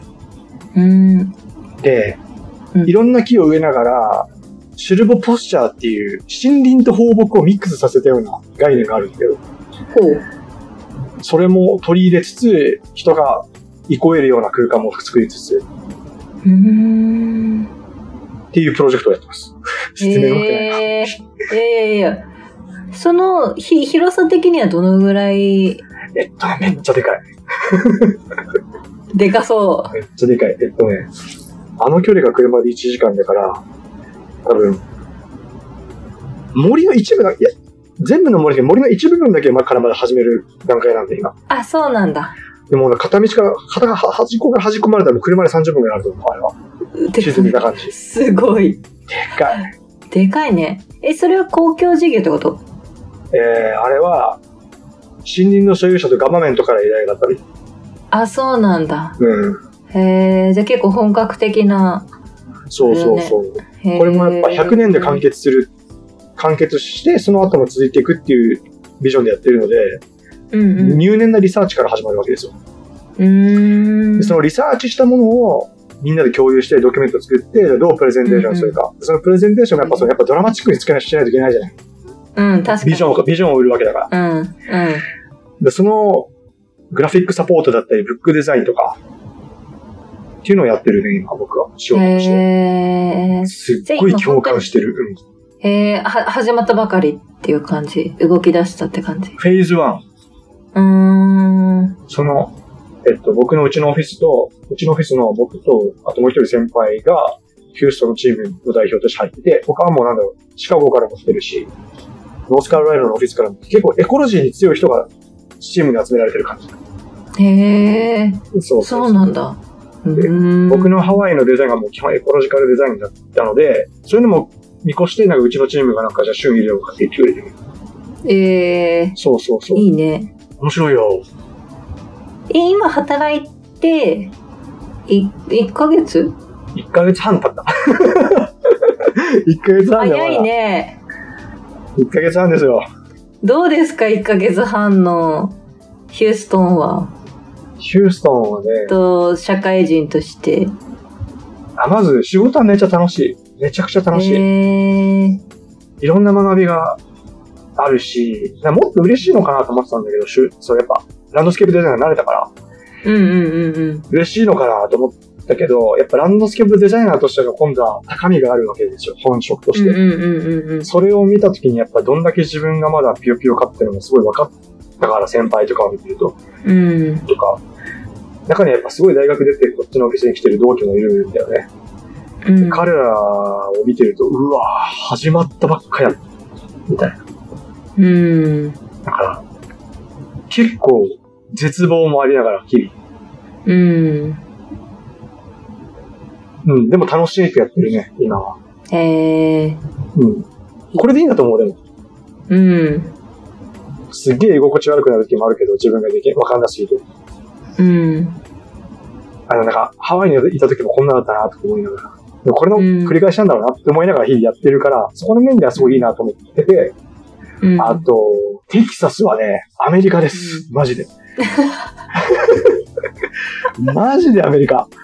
で、いろんな木を植えながら、シルボポスチャーっていう森林と放牧をミックスさせたような概念があるんだけど、それも取り入れつつ、人が憩えるような空間も作りつつ、っていうプロジェクトをやってます。説明が分けない。 その広さ的にはどのぐらい？ めっちゃでかい。 でかそう。 めっちゃでかい。あの距離が車で1時間だから、多分、森の一部だ、全部の森で森の一部分だけからまだ始める段階なんで、今。 あ、そうなんだ。 でも、片道から、端っこから端っこまで多分車で30分ぐらいあると思う、あれは。地図見た感じ。 すごい。 でかい。 でかいね。それは公共事業ってこと？ あれは、森林の所有者とガバメントから依頼があったり。 あ、そうなんだ。じゃあ結構本格的な。 そう。これもやっぱ100年で完結して、その後も続いていくっていうビジョンでやってるので、入念なリサーチから始まるわけですよ。でそのリサーチしたものをみんなで共有してドキュメント作って、どうプレゼンテーションするか。そのプレゼンテーションがやっぱドラマチックにしないといけないじゃない。 確かに。ビジョンを売るわけだから。で、そのグラフィックサポートだったり、ブックデザインとか、っていうのをやってるね、今僕は仕事として。すっごい共感してる。 始まったばかりっていう感じ。動き出したって感じ。 フェーズ1。僕のうちのオフィスの僕と、あともう一人先輩が、ヒューストンのチームの代表として入ってて、他はもうシカゴからも来てるし、ノースカロライナのオフィスからも、結構エコロジーに強い人がチームに集められてる感じ。 そうなんだ。 僕のハワイのデザインがもう基本エコロジカルデザインだったので、そういうのも見越して、うちのチームがじゃあ週入れようかって言ってくれてる。そう。 いいね。 面白いよ。 今働いて、1ヶ月 ?1 ヶ月半経った。1ヶ月半だよ。 早いね。 1ヶ月半ですよ。 どうですか、1ヶ月半のヒューストンは。 ヒューストンはね。 社会人として。 まず仕事はめちゃ楽しい。めちゃくちゃ楽しい。いろんな学びがあるし、もっと嬉しいのかなと思ってたんだけど、やっぱ、ランドスケープデザイナーになれたから、嬉しいのかなと思ったけど、やっぱランドスケープデザイナーとしては今度は高みがあるわけですよ、本職として。それを見たときにやっぱどんだけ自分がまだピヨピヨかっていうのもすごい分かったから、先輩とかを見てると。とか、中にはやっぱすごい大学出てこっちのオフィスに来てる同期もいるんだよね。彼らを見てると、うわぁ、始まったばっかや、みたいな。だから、結構、絶望もありながら、日々。でも楽しいくやってるね、今は。これでいいんだと思う、でも。すっげえ居心地悪くなる時もあるけど、自分がわかんなすぎて。ハワイにいた時もこんなだったなと思いながら。でもこれの繰り返しなんだろうなって思いながら日々やってるから、そこの面ではすごいいいなと思ってて、あと、テキサスはね、アメリカです。マジで。マジでアメリカ。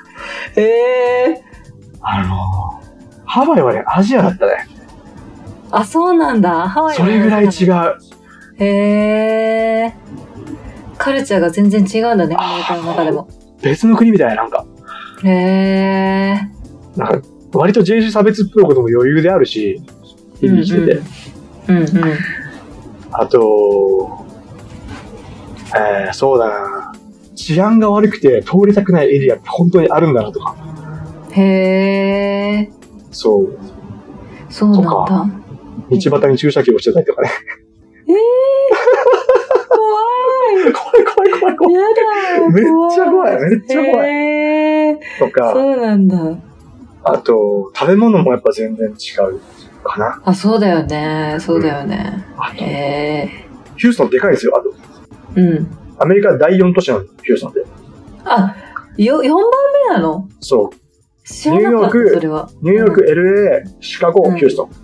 ハワイはね、アジアだったね。 あ、そうなんだ。ハワイはそれぐらい違う。 カルチャーが全然違うんだね、アメリカの中でも。 別の国みたいな、なんか。割と人種差別っぽいことも余裕であるし、日々生きてて。あと、そうだな。治安が悪くて通りたくないエリアって本当にあるんだなとか。 へー。 そう。 そうなんだ。 道端に駐車機をしてたりとかね。怖い。 やだ。 めっちゃ怖い。とか。 そうなんだ。 あと、食べ物もやっぱ全然違うかな。 あ、そうだよね。ヒューストンでかいんですよ、あと。 うん。 アメリカ第4都市なの、ヒューストンで。 あ、4番目なの？ そう。 知らなかった、それは。 ニューヨーク、LA、シカゴ、ヒューストン。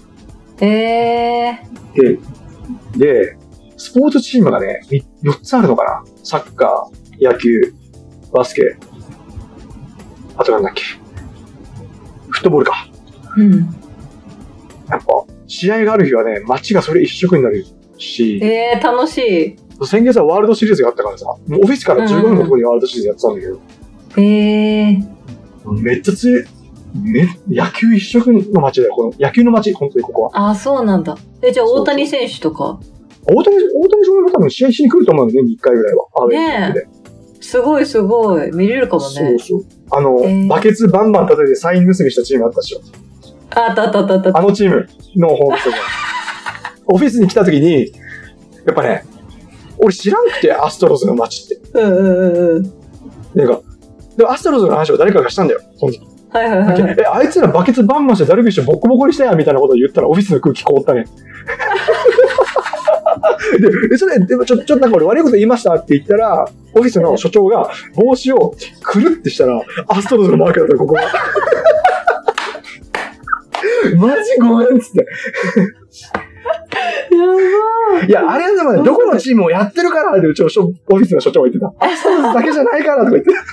で、スポーツチームがね、4つあるのかな？サッカー、野球、バスケ、あとなんだっけ？フットボールか。 うん。 やっぱ、試合がある日はね、街がそれ一色になるし。 楽しい。 先月はワールドシリーズがあったからさ、もうオフィスから15分のところにワールドシリーズやってたんだけど。めっちゃ強い。野球一色の街だよ、この野球の街、本当にここは。 あ、そうなんだ。じゃあ大谷選手とか大谷翔平も多分試合しに来ると思うのね、1回ぐらいは。 ねえ。すごい。見れるかもね。 そう。バケツバンバン立ててサイン盗みしたチームあったでしょ。 あった。 あのチームのホームスオフィスに来た時に、やっぱね、俺知らんくて、アストロズの街って。なんか、でもアストロズの話を誰かがしたんだよ、その時。 はい。 あいつらバケツバンバンしてダルビッシュボコボコにしたやんみたいなことを言ったらオフィスの空気凍ったね。で、それ、でもちょっとなんか俺悪いこと言いましたって言ったら、オフィスの所長が帽子をくるってしたら、アストロズのマークだったここが。マジごめんっつって。 やばいや、あれはでもね、どこのチームをやってるからってオフィスの所長が言ってた。アストロズだけじゃないからとか言ってた。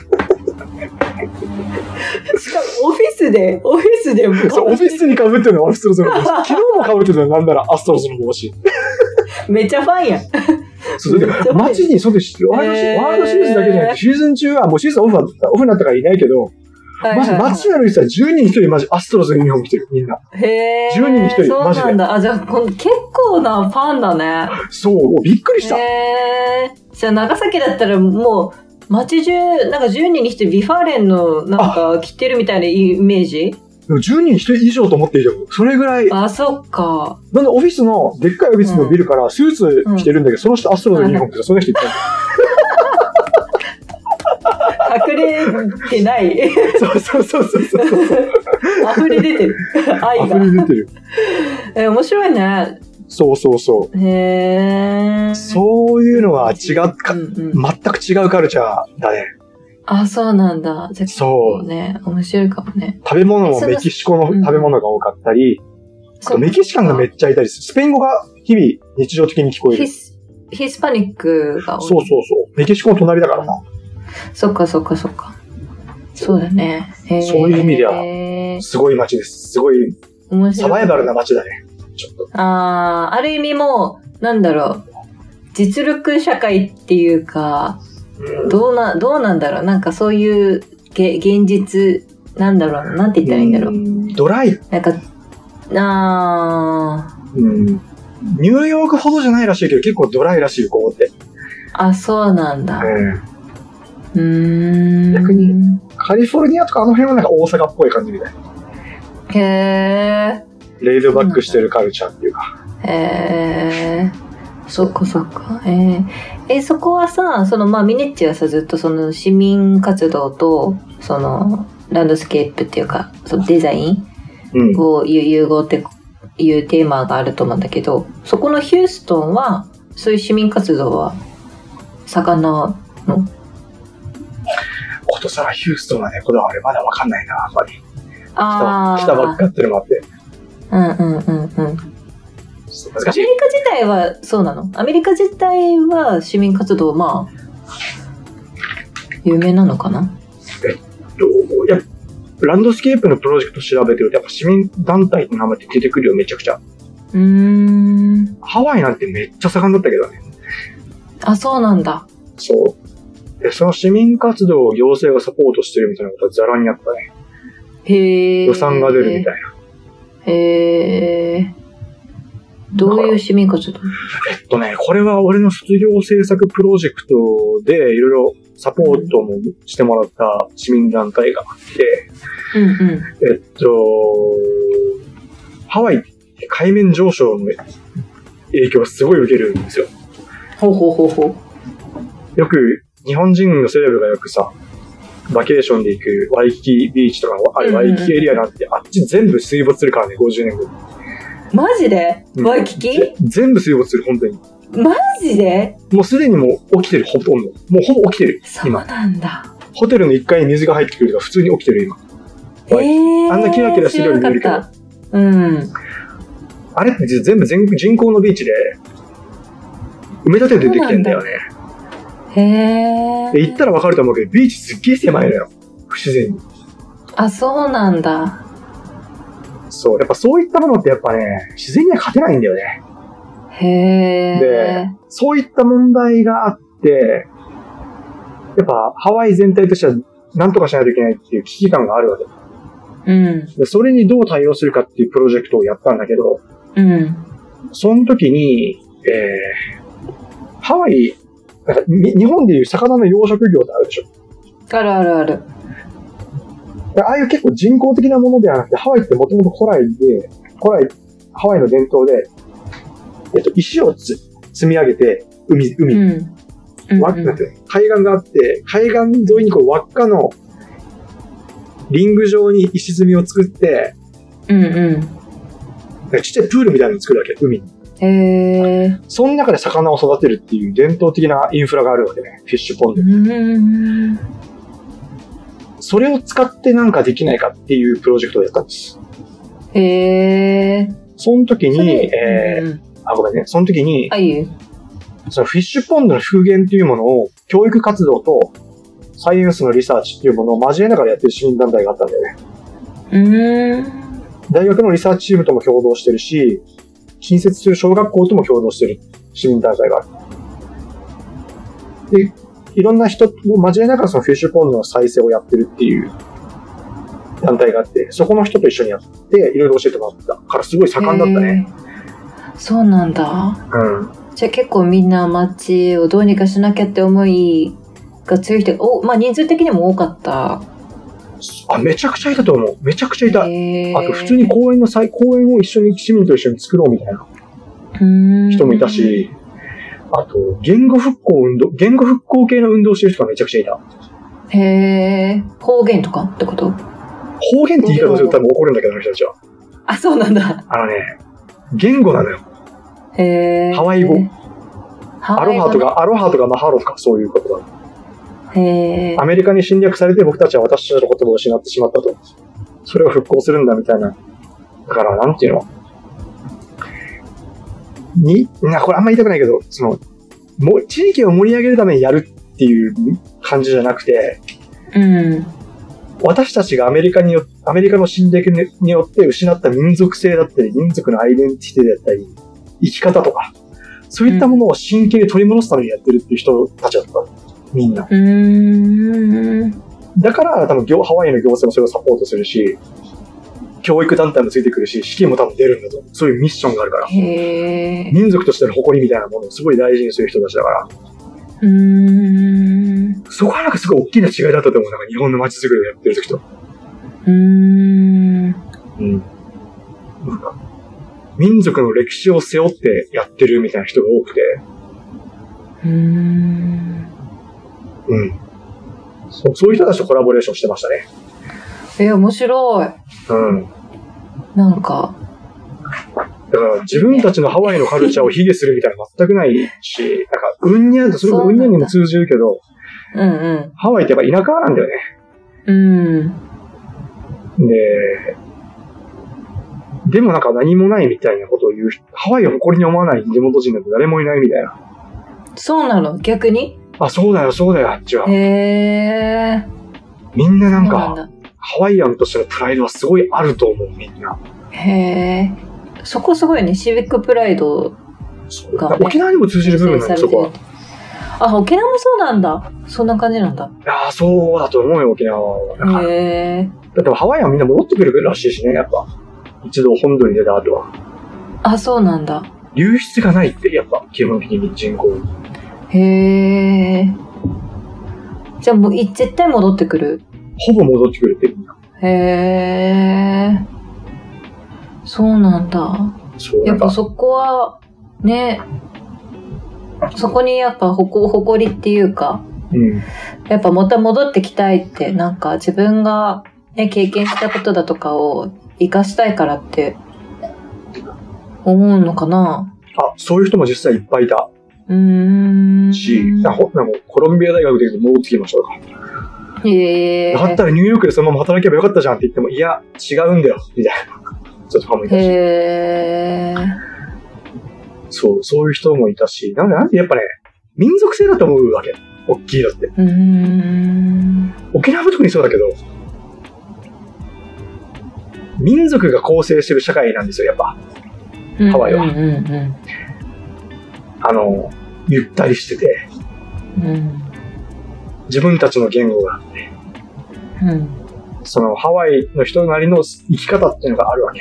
しかもオフィスでそう、オフィスに被ってるのはアストロズの帽子。昨日も被ってるのはなんならアストロズの帽子。 めっちゃファンやん。 そう、で街にそうです。ワールドシリーズだけじゃなくて、シーズン中はもうシーズンオフになったからいないけど、マジ街歩いてたら10人に1人マジアストロズのユニフォーム着てる、みんな。 10 人に1人、マジで。 そうなんだ。あ、じゃあ結構なファンだね。 そう、びっくりした。 じゃあ長崎だったらもう、街中、なんか10人に1人ビファーレンのなんか着てるみたいなイメージ？ でも10人に1人以上と思っていいじゃん。それぐらい。 あ、そっか。 なんでオフィスの、でっかいオフィスのビルからスーツ着てるんだけど、その人アストロズのユニフォームってその人いったんだよ。 隠れてない。 そう。 溢れ出てる。愛が。 溢れ出てる。 面白いね。 そう。 へー。 そういうのは全く違うカルチャーだね。 あ、そうなんだ。 そうね。面白いかもね。 食べ物もメキシコの食べ物が多かったり、あとメキシカンがめっちゃいたりする。スペイン語が日々日常的に聞こえる。 ヒスパニックが多い。 そう。メキシコの隣だからな。 そっか。そうだね。 そういう意味では、すごい街です。すごい、サバイバルな街だね。ちょっと。 ある意味もう、なんだろう。実力社会っていうか、どうなんだろう。なんかそういう現実、なんだろう。なんて言ったらいいんだろう。 ドライ。 なんか、 ニューヨークほどじゃないらしいけど、結構ドライらしい、ここって。 あ、そうなんだ。 逆に、カリフォルニアとかあの辺はなんか大阪っぽい感じみたいな。 へー。 レイドバックしてるカルチャーっていうか。 へー。そっか。そこはさ、ミネッチはさ、ずっとその市民活動と、その、ランドスケープっていうか、そのデザインを融合っていうテーマがあると思うんだけど、そこのヒューストンは、そういう市民活動は盛んなの？ ことさらヒューストンはね、こだわりまだわかんないな、あんまり。来たばっかっていうのもあって。難しい。 アメリカ自体はそうなの？アメリカ自体は市民活動、有名なのかな？ ランドスケープのプロジェクト調べてると、やっぱ市民団体の名前って出てくるよ、めちゃくちゃ。ハワイなんてめっちゃ盛んだったけどね。 あ、そうなんだ。 そう。で、その市民活動を行政がサポートしてるみたいなことはザラにあったね。 へー。 予算が出るみたいな。 へー。どういう市民活動？ これは俺の卒業制作プロジェクトでいろいろサポートもしてもらった市民団体があって、ハワイって海面上昇の影響をすごい受けるんですよ。よく日本人のセレブがよくさ、バケーションで行くワイキキビーチとかあるワイキキエリアなんて、あっち全部水没するからね、50年後に。 マジで？ワイキキ？ 全部水没する、本当に。 マジで？ もうすでにもう起きてる、ほとんど。もうほぼ起きてる。 そうなんだ。 ホテルの1階に水が入ってくるとか普通に起きてる、今。あんなキラキラするように見えるけど。あれって全部人工のビーチで、埋め立ててできてんだよね。で行ったら分かると思うけど、ビーチすっげえ狭いのよ。不自然に。 あ、そうなんだ。 そう。やっぱそういったものってやっぱね、自然には勝てないんだよね。で、そういった問題があって、やっぱハワイ全体としては何とかしないといけないっていう危機感があるわけ。でそれにどう対応するかっていうプロジェクトをやったんだけど、その時に、ハワイ、なんか日本でいう魚の養殖業ってあるでしょ。 あるあるある。 ああいう結構人工的なものではなくて、ハワイってもともと古来ハワイの伝統で、石を積み上げて、海、海岸があって、海岸沿いにこう輪っかのリング状に石積みを作って、ちっちゃいプールみたいなのを作るわけ、海に。その中で魚を育てるっていう伝統的なインフラがあるわけね、フィッシュポンド。それを使ってなんかできないかっていうプロジェクトをやったんです。その時に、ごめんね。その時に、そのフィッシュポンドの復元っていうものを教育活動とサイエンスのリサーチっていうものを交えながらやってる市民団体があったんだよね。大学のリサーチチームとも共同してるし、近接する小学校とも共同してる市民団体がある。で、いろんな人を交えながらそのフィッシュポンドの再生をやってるっていう団体があって、そこの人と一緒にやっていろいろ教えてもらったからすごい盛んだったね。 そうなんだ。じゃあ結構みんな街をどうにかしなきゃって思いが強い人が、人数的にも多かった。 めちゃくちゃいたと思う。めちゃくちゃいた。あと普通に公園を一緒に市民と一緒に作ろうみたいな人もいたし、あと言語復興系の運動してる人がめちゃくちゃいた。 方言とかってこと？ 方言って言い方すると多分怒るんだけど、あの人たちは。 あ、そうなんだ。 言語なのよ。ハワイ語。アロハとかマハロとかそういう言葉。アメリカに侵略されて僕たちは私たちの言葉を失ってしまったと。それを復興するんだみたいな。だからなんていうのこれあんま言いたくないけど、地域を盛り上げるためにやるっていう感じじゃなくて、私たちがアメリカの侵略によって失った民族性だったり、民族のアイデンティティだったり、生き方とか、そういったものを真剣に取り戻すためにやってるっていう人たちだった。みんな。だから多分ハワイの行政もそれをサポートするし、教育団体もついてくるし、資金も多分出るんだと。そういうミッションがあるから。民族としての誇りみたいなものをすごい大事にする人たちだから。そこはなんかすごい大きな違いだったと思う。なんか日本の街づくりをやってる時と。民族の歴史を背負ってやってるみたいな人が多くて。そういう人たちとコラボレーションしてましたね。面白い。 なんか。 だから自分たちのハワイのカルチャーを卑下するみたいなの全くないし、なんか、うんにゃんと、それもうんにゃんにも通じるけど、ハワイってやっぱ田舎なんだよね。でもなんか何もないみたいなことを言う、ハワイを誇りに思わない地元人なんて誰もいないみたいな。 そうなの？逆に？ そうだよ、あっちは。みんななんか、ハワイアンとしてのプライドはすごいあると思う、みんな。 そこすごいね、シビックプライドが、ね。 沖縄にも通じる部分なんだ、そこは。 沖縄もそうなんだ。そんな感じなんだ。 そうだと思うよ、沖縄は。だってハワイアンみんな戻ってくるらしいしね、やっぱ。一度本土に出た後は。 そうなんだ。 流出がないって、やっぱ、基本的に人口。 じゃあもう絶対戻ってくる？ ほぼ戻ってくるってみんな。 へー。そうなんだ。やっぱそこは、ね、そこにやっぱ誇りっていうか、やっぱまた戻ってきたいって、なんか自分が、ね、経験したことだとかを生かしたいからって思うのかな。 あ、そういう人も実際いっぱいいた。コロンビア大学で戻ってきましたとか。だったらニューヨークでそのまま働けばよかったじゃんって言っても、いや、違うんだよ、みたいな。ちょっとかもいたし。そういう人もいたし、なんでやっぱね、民族性だと思うわけ。大きいのって。沖縄も特にそうだけど、民族が構成してる社会なんですよ、やっぱ。ハワイは。ゆったりしてて、自分たちの言語があって、そのハワイの人なりの生き方っていうのがあるわけ。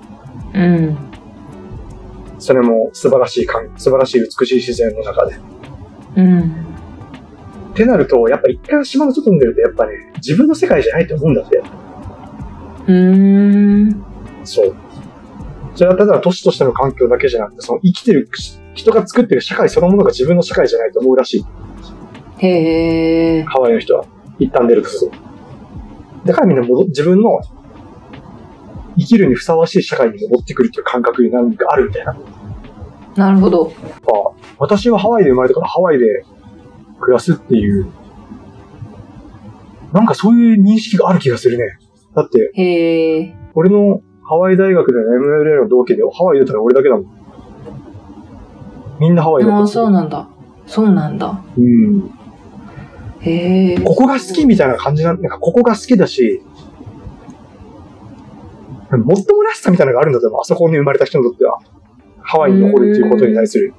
それも素晴らしい美しい自然の中で。ってなると、やっぱ一回島の外に出ると、やっぱね、自分の世界じゃないと思うんだって。そう。それはただ都市としての環境だけじゃなくて、その生きてる人が作ってる社会そのものが自分の社会じゃないと思うらしい。 へー。 ハワイの人は一旦出るとそう。だからみんな自分の生きるにふさわしい社会に戻ってくるっていう感覚になんかあるみたいな。 なるほど。 私はハワイで生まれたからハワイで暮らすっていう、なんかそういう認識がある気がするね。だって、俺のハワイ大学での MLA の同期でハワイ出たら俺だけだもん。みんなハワイだった。 ああ、そうなんだ。そうなんだ。 ここが好きみたいな感じなんかここが好きだし、もっともらしさみたいなのがあるんだと思う。あそこに生まれた人にとっては。ハワイに残るっていうことに対する。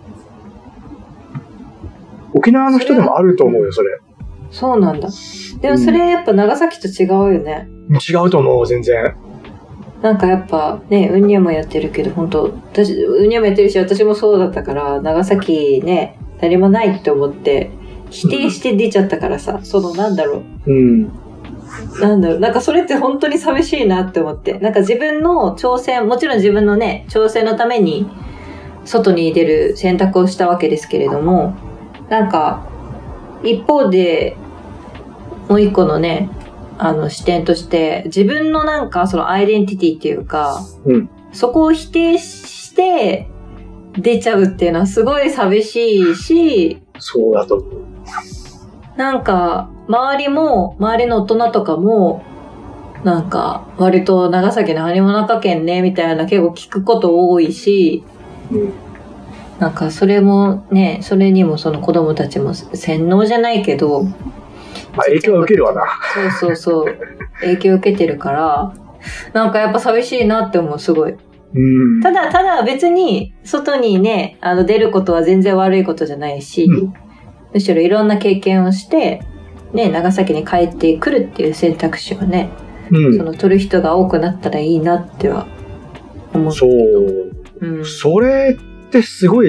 沖縄の人でもあると思うよ、それ。 そうなんだ。でもそれやっぱ長崎と違うよね。 違うと思う、全然。 なんかやっぱね、ウニャもやってるけど、本当私、ウニャもやってるし、私もそうだったから、長崎ね、何もないって思って、否定して出ちゃったからさ、なんだろう。なんかそれって本当に寂しいなって思って。なんか自分の挑戦、もちろん自分のね、挑戦のために、外に出る選択をしたわけですけれども、なんか、一方で、もう一個のね、視点として、自分のなんかそのアイデンティティっていうか、そこを否定して出ちゃうっていうのはすごい寂しいし、 そうだと思う。 なんか、周りの大人とかも、なんか、割と長崎の有村中県ね、みたいな結構聞くこと多いし、なんかそれもね、それにもその子供たちも洗脳じゃないけど、 影響を受けるわな。 そう。影響を受けてるから、なんかやっぱ寂しいなって思う、すごい。ただ別に、外にね、出ることは全然悪いことじゃないし、むしろいろんな経験をして、ね、長崎に帰ってくるっていう選択肢をね、取る人が多くなったらいいなっては思うけど。 それってすごい、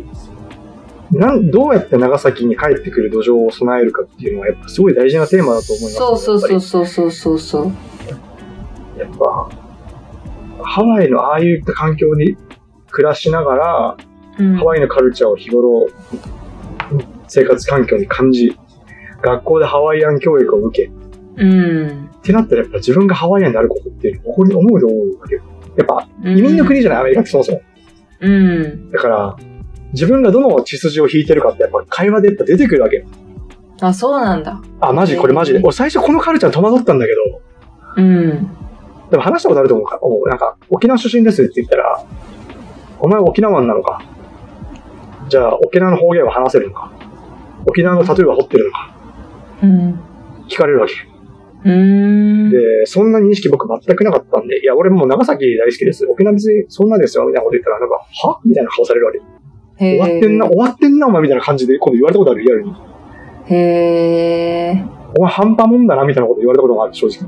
どうやって長崎に帰ってくる土壌を備えるかっていうのはやっぱすごい大事なテーマだと思います、 そう。 やっぱハワイのああいった環境に暮らしながら、ハワイのカルチャーを日頃生活環境に感じ、学校でハワイアン教育を受け、ってなったらやっぱ自分がハワイアンになることってここに思うと思うわけよ。やっぱ移民の国じゃない、アメリカってそもそも。だから自分がどの血筋を引いてるかってやっぱ会話でやっぱ出てくるわけよ。 あ、そうなんだ。 マジで。俺最初このカルチャー戸惑ったんだけど。でも話したことあると思う。なんか、沖縄出身ですって言ったら、お前沖縄なのか。じゃあ沖縄の方言は話せるのか。沖縄のタトゥーは彫ってるのか。聞かれるわけ。で、そんな認識僕全くなかったんで、いや、俺もう長崎大好きです。沖縄別にそんなですよ、みたいなこと言ったら、なんか、はみたいな顔されるわけ。終わってんな、お前みたいな感じで今度言われたことある、リアルに。お前半端もんだな、みたいなこと言われたことがある、正直。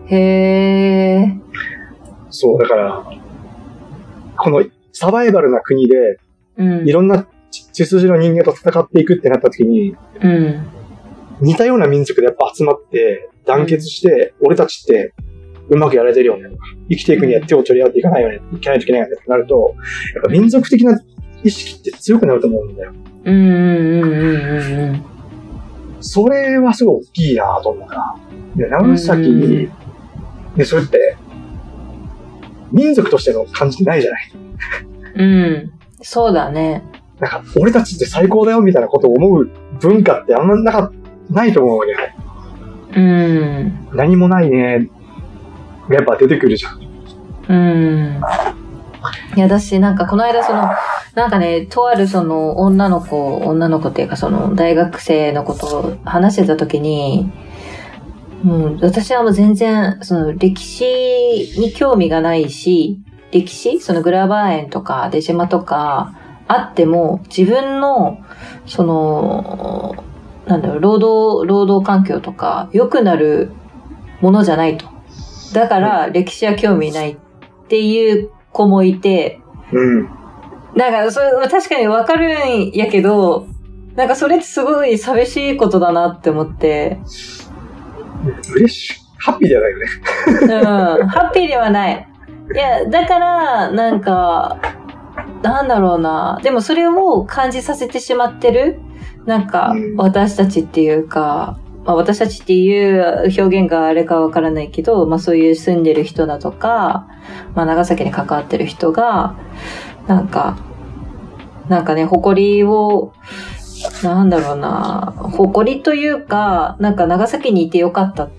そう、だから、このサバイバルな国で、いろんな血筋の人間と戦っていくってなった時に、 似たような民族でやっぱ集まって団結して、俺たちってうまくやれてるよねとか、生きていくには手を取り合っていかないよね、いけないといけないよねってなると、やっぱ民族的な意識って強くなると思うんだよ。それはすごい大きいなと思うな。で、長崎でそれって民族としての感じってないじゃない。 そうだね。 なんか俺たちって最高だよみたいなことを思う文化ってあんまないと思うわけね。何もないね。やっぱ出てくるじゃん。 いや、私なんかこの間なんかね、とある女の子っていうか大学生のことを話してた時に、私はもう全然歴史に興味がないし、歴史グラバー園とか出島とかあっても自分の労働環境とか良くなるものじゃないと。だから歴史は興味ないっていう子もいて、なんかそれ確かにわかるんやけど、なんかそれってすごい寂しいことだなって思って。 ハッピーではないよね。 ハッピーではない。いや、だからなんかなんだろうな。でもそれを感じさせてしまってる。なんか私たちっていうか。私たちっていう表現があれかわからないけど、そういう住んでる人だとか、長崎に関わってる人が、なんかね、誇りを、誇りというか、なんか長崎にいてよかったって、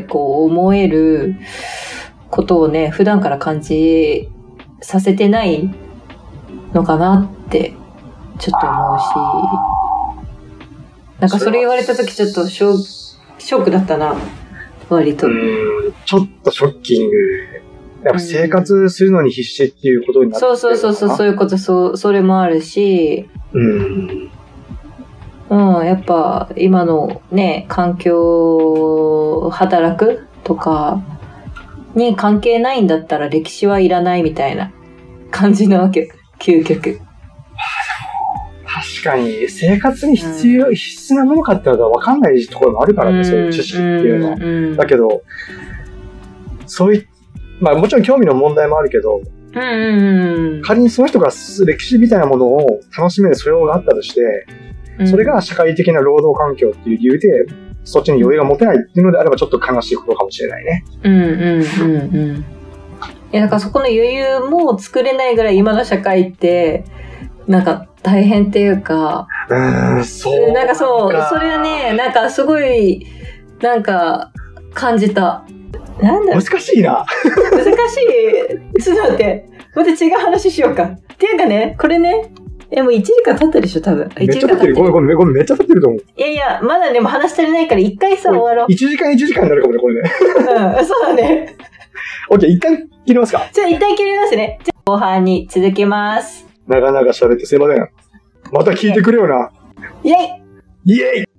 思えることをね、普段から感じさせてないのかなって、ちょっと思うし、なんかそれ言われたときちょっとショックだったな、割と。 ちょっとショッキング。やっぱ生活するのに必死っていうことになってるのかな。 そういうこと、それもあるし、やっぱ今のね、環境、働くとかに関係ないんだったら歴史はいらないみたいな感じなわけ、究極。 確かに生活に必須なものかってのは分かんないところもあるからね、そういう知識っていうのは。だけど、そういう、もちろん興味の問題もあるけど、仮にその人が歴史みたいなものを楽しめる素養があったとして、それが社会的な労働環境っていう理由で、そっちに余裕が持てないっていうのであればちょっと悲しいことかもしれないね。 いや、だからそこの余裕も作れないぐらい今の社会って、なんか大変っていうか、 そう。 なんかそれはね、なんかすごい、なんか感じた。なんだろう。 難しいな。 難しい。ちょっと待って。また違う話しようか。っていうかね、これね、もう1時間経ったでしょ、多分。 めっちゃ経ってる。ごめん、めっちゃ経ってると思う。 いや、まだでも話足りないから一回さ、終わろう。 1時間になるかもね、これね。 そうだね。 OK、一旦切りますか。 じゃあ一旦切りますね。じゃあ後半に続きます。 長々喋ってすいません。また聞いてくれよな。 イェイイェイ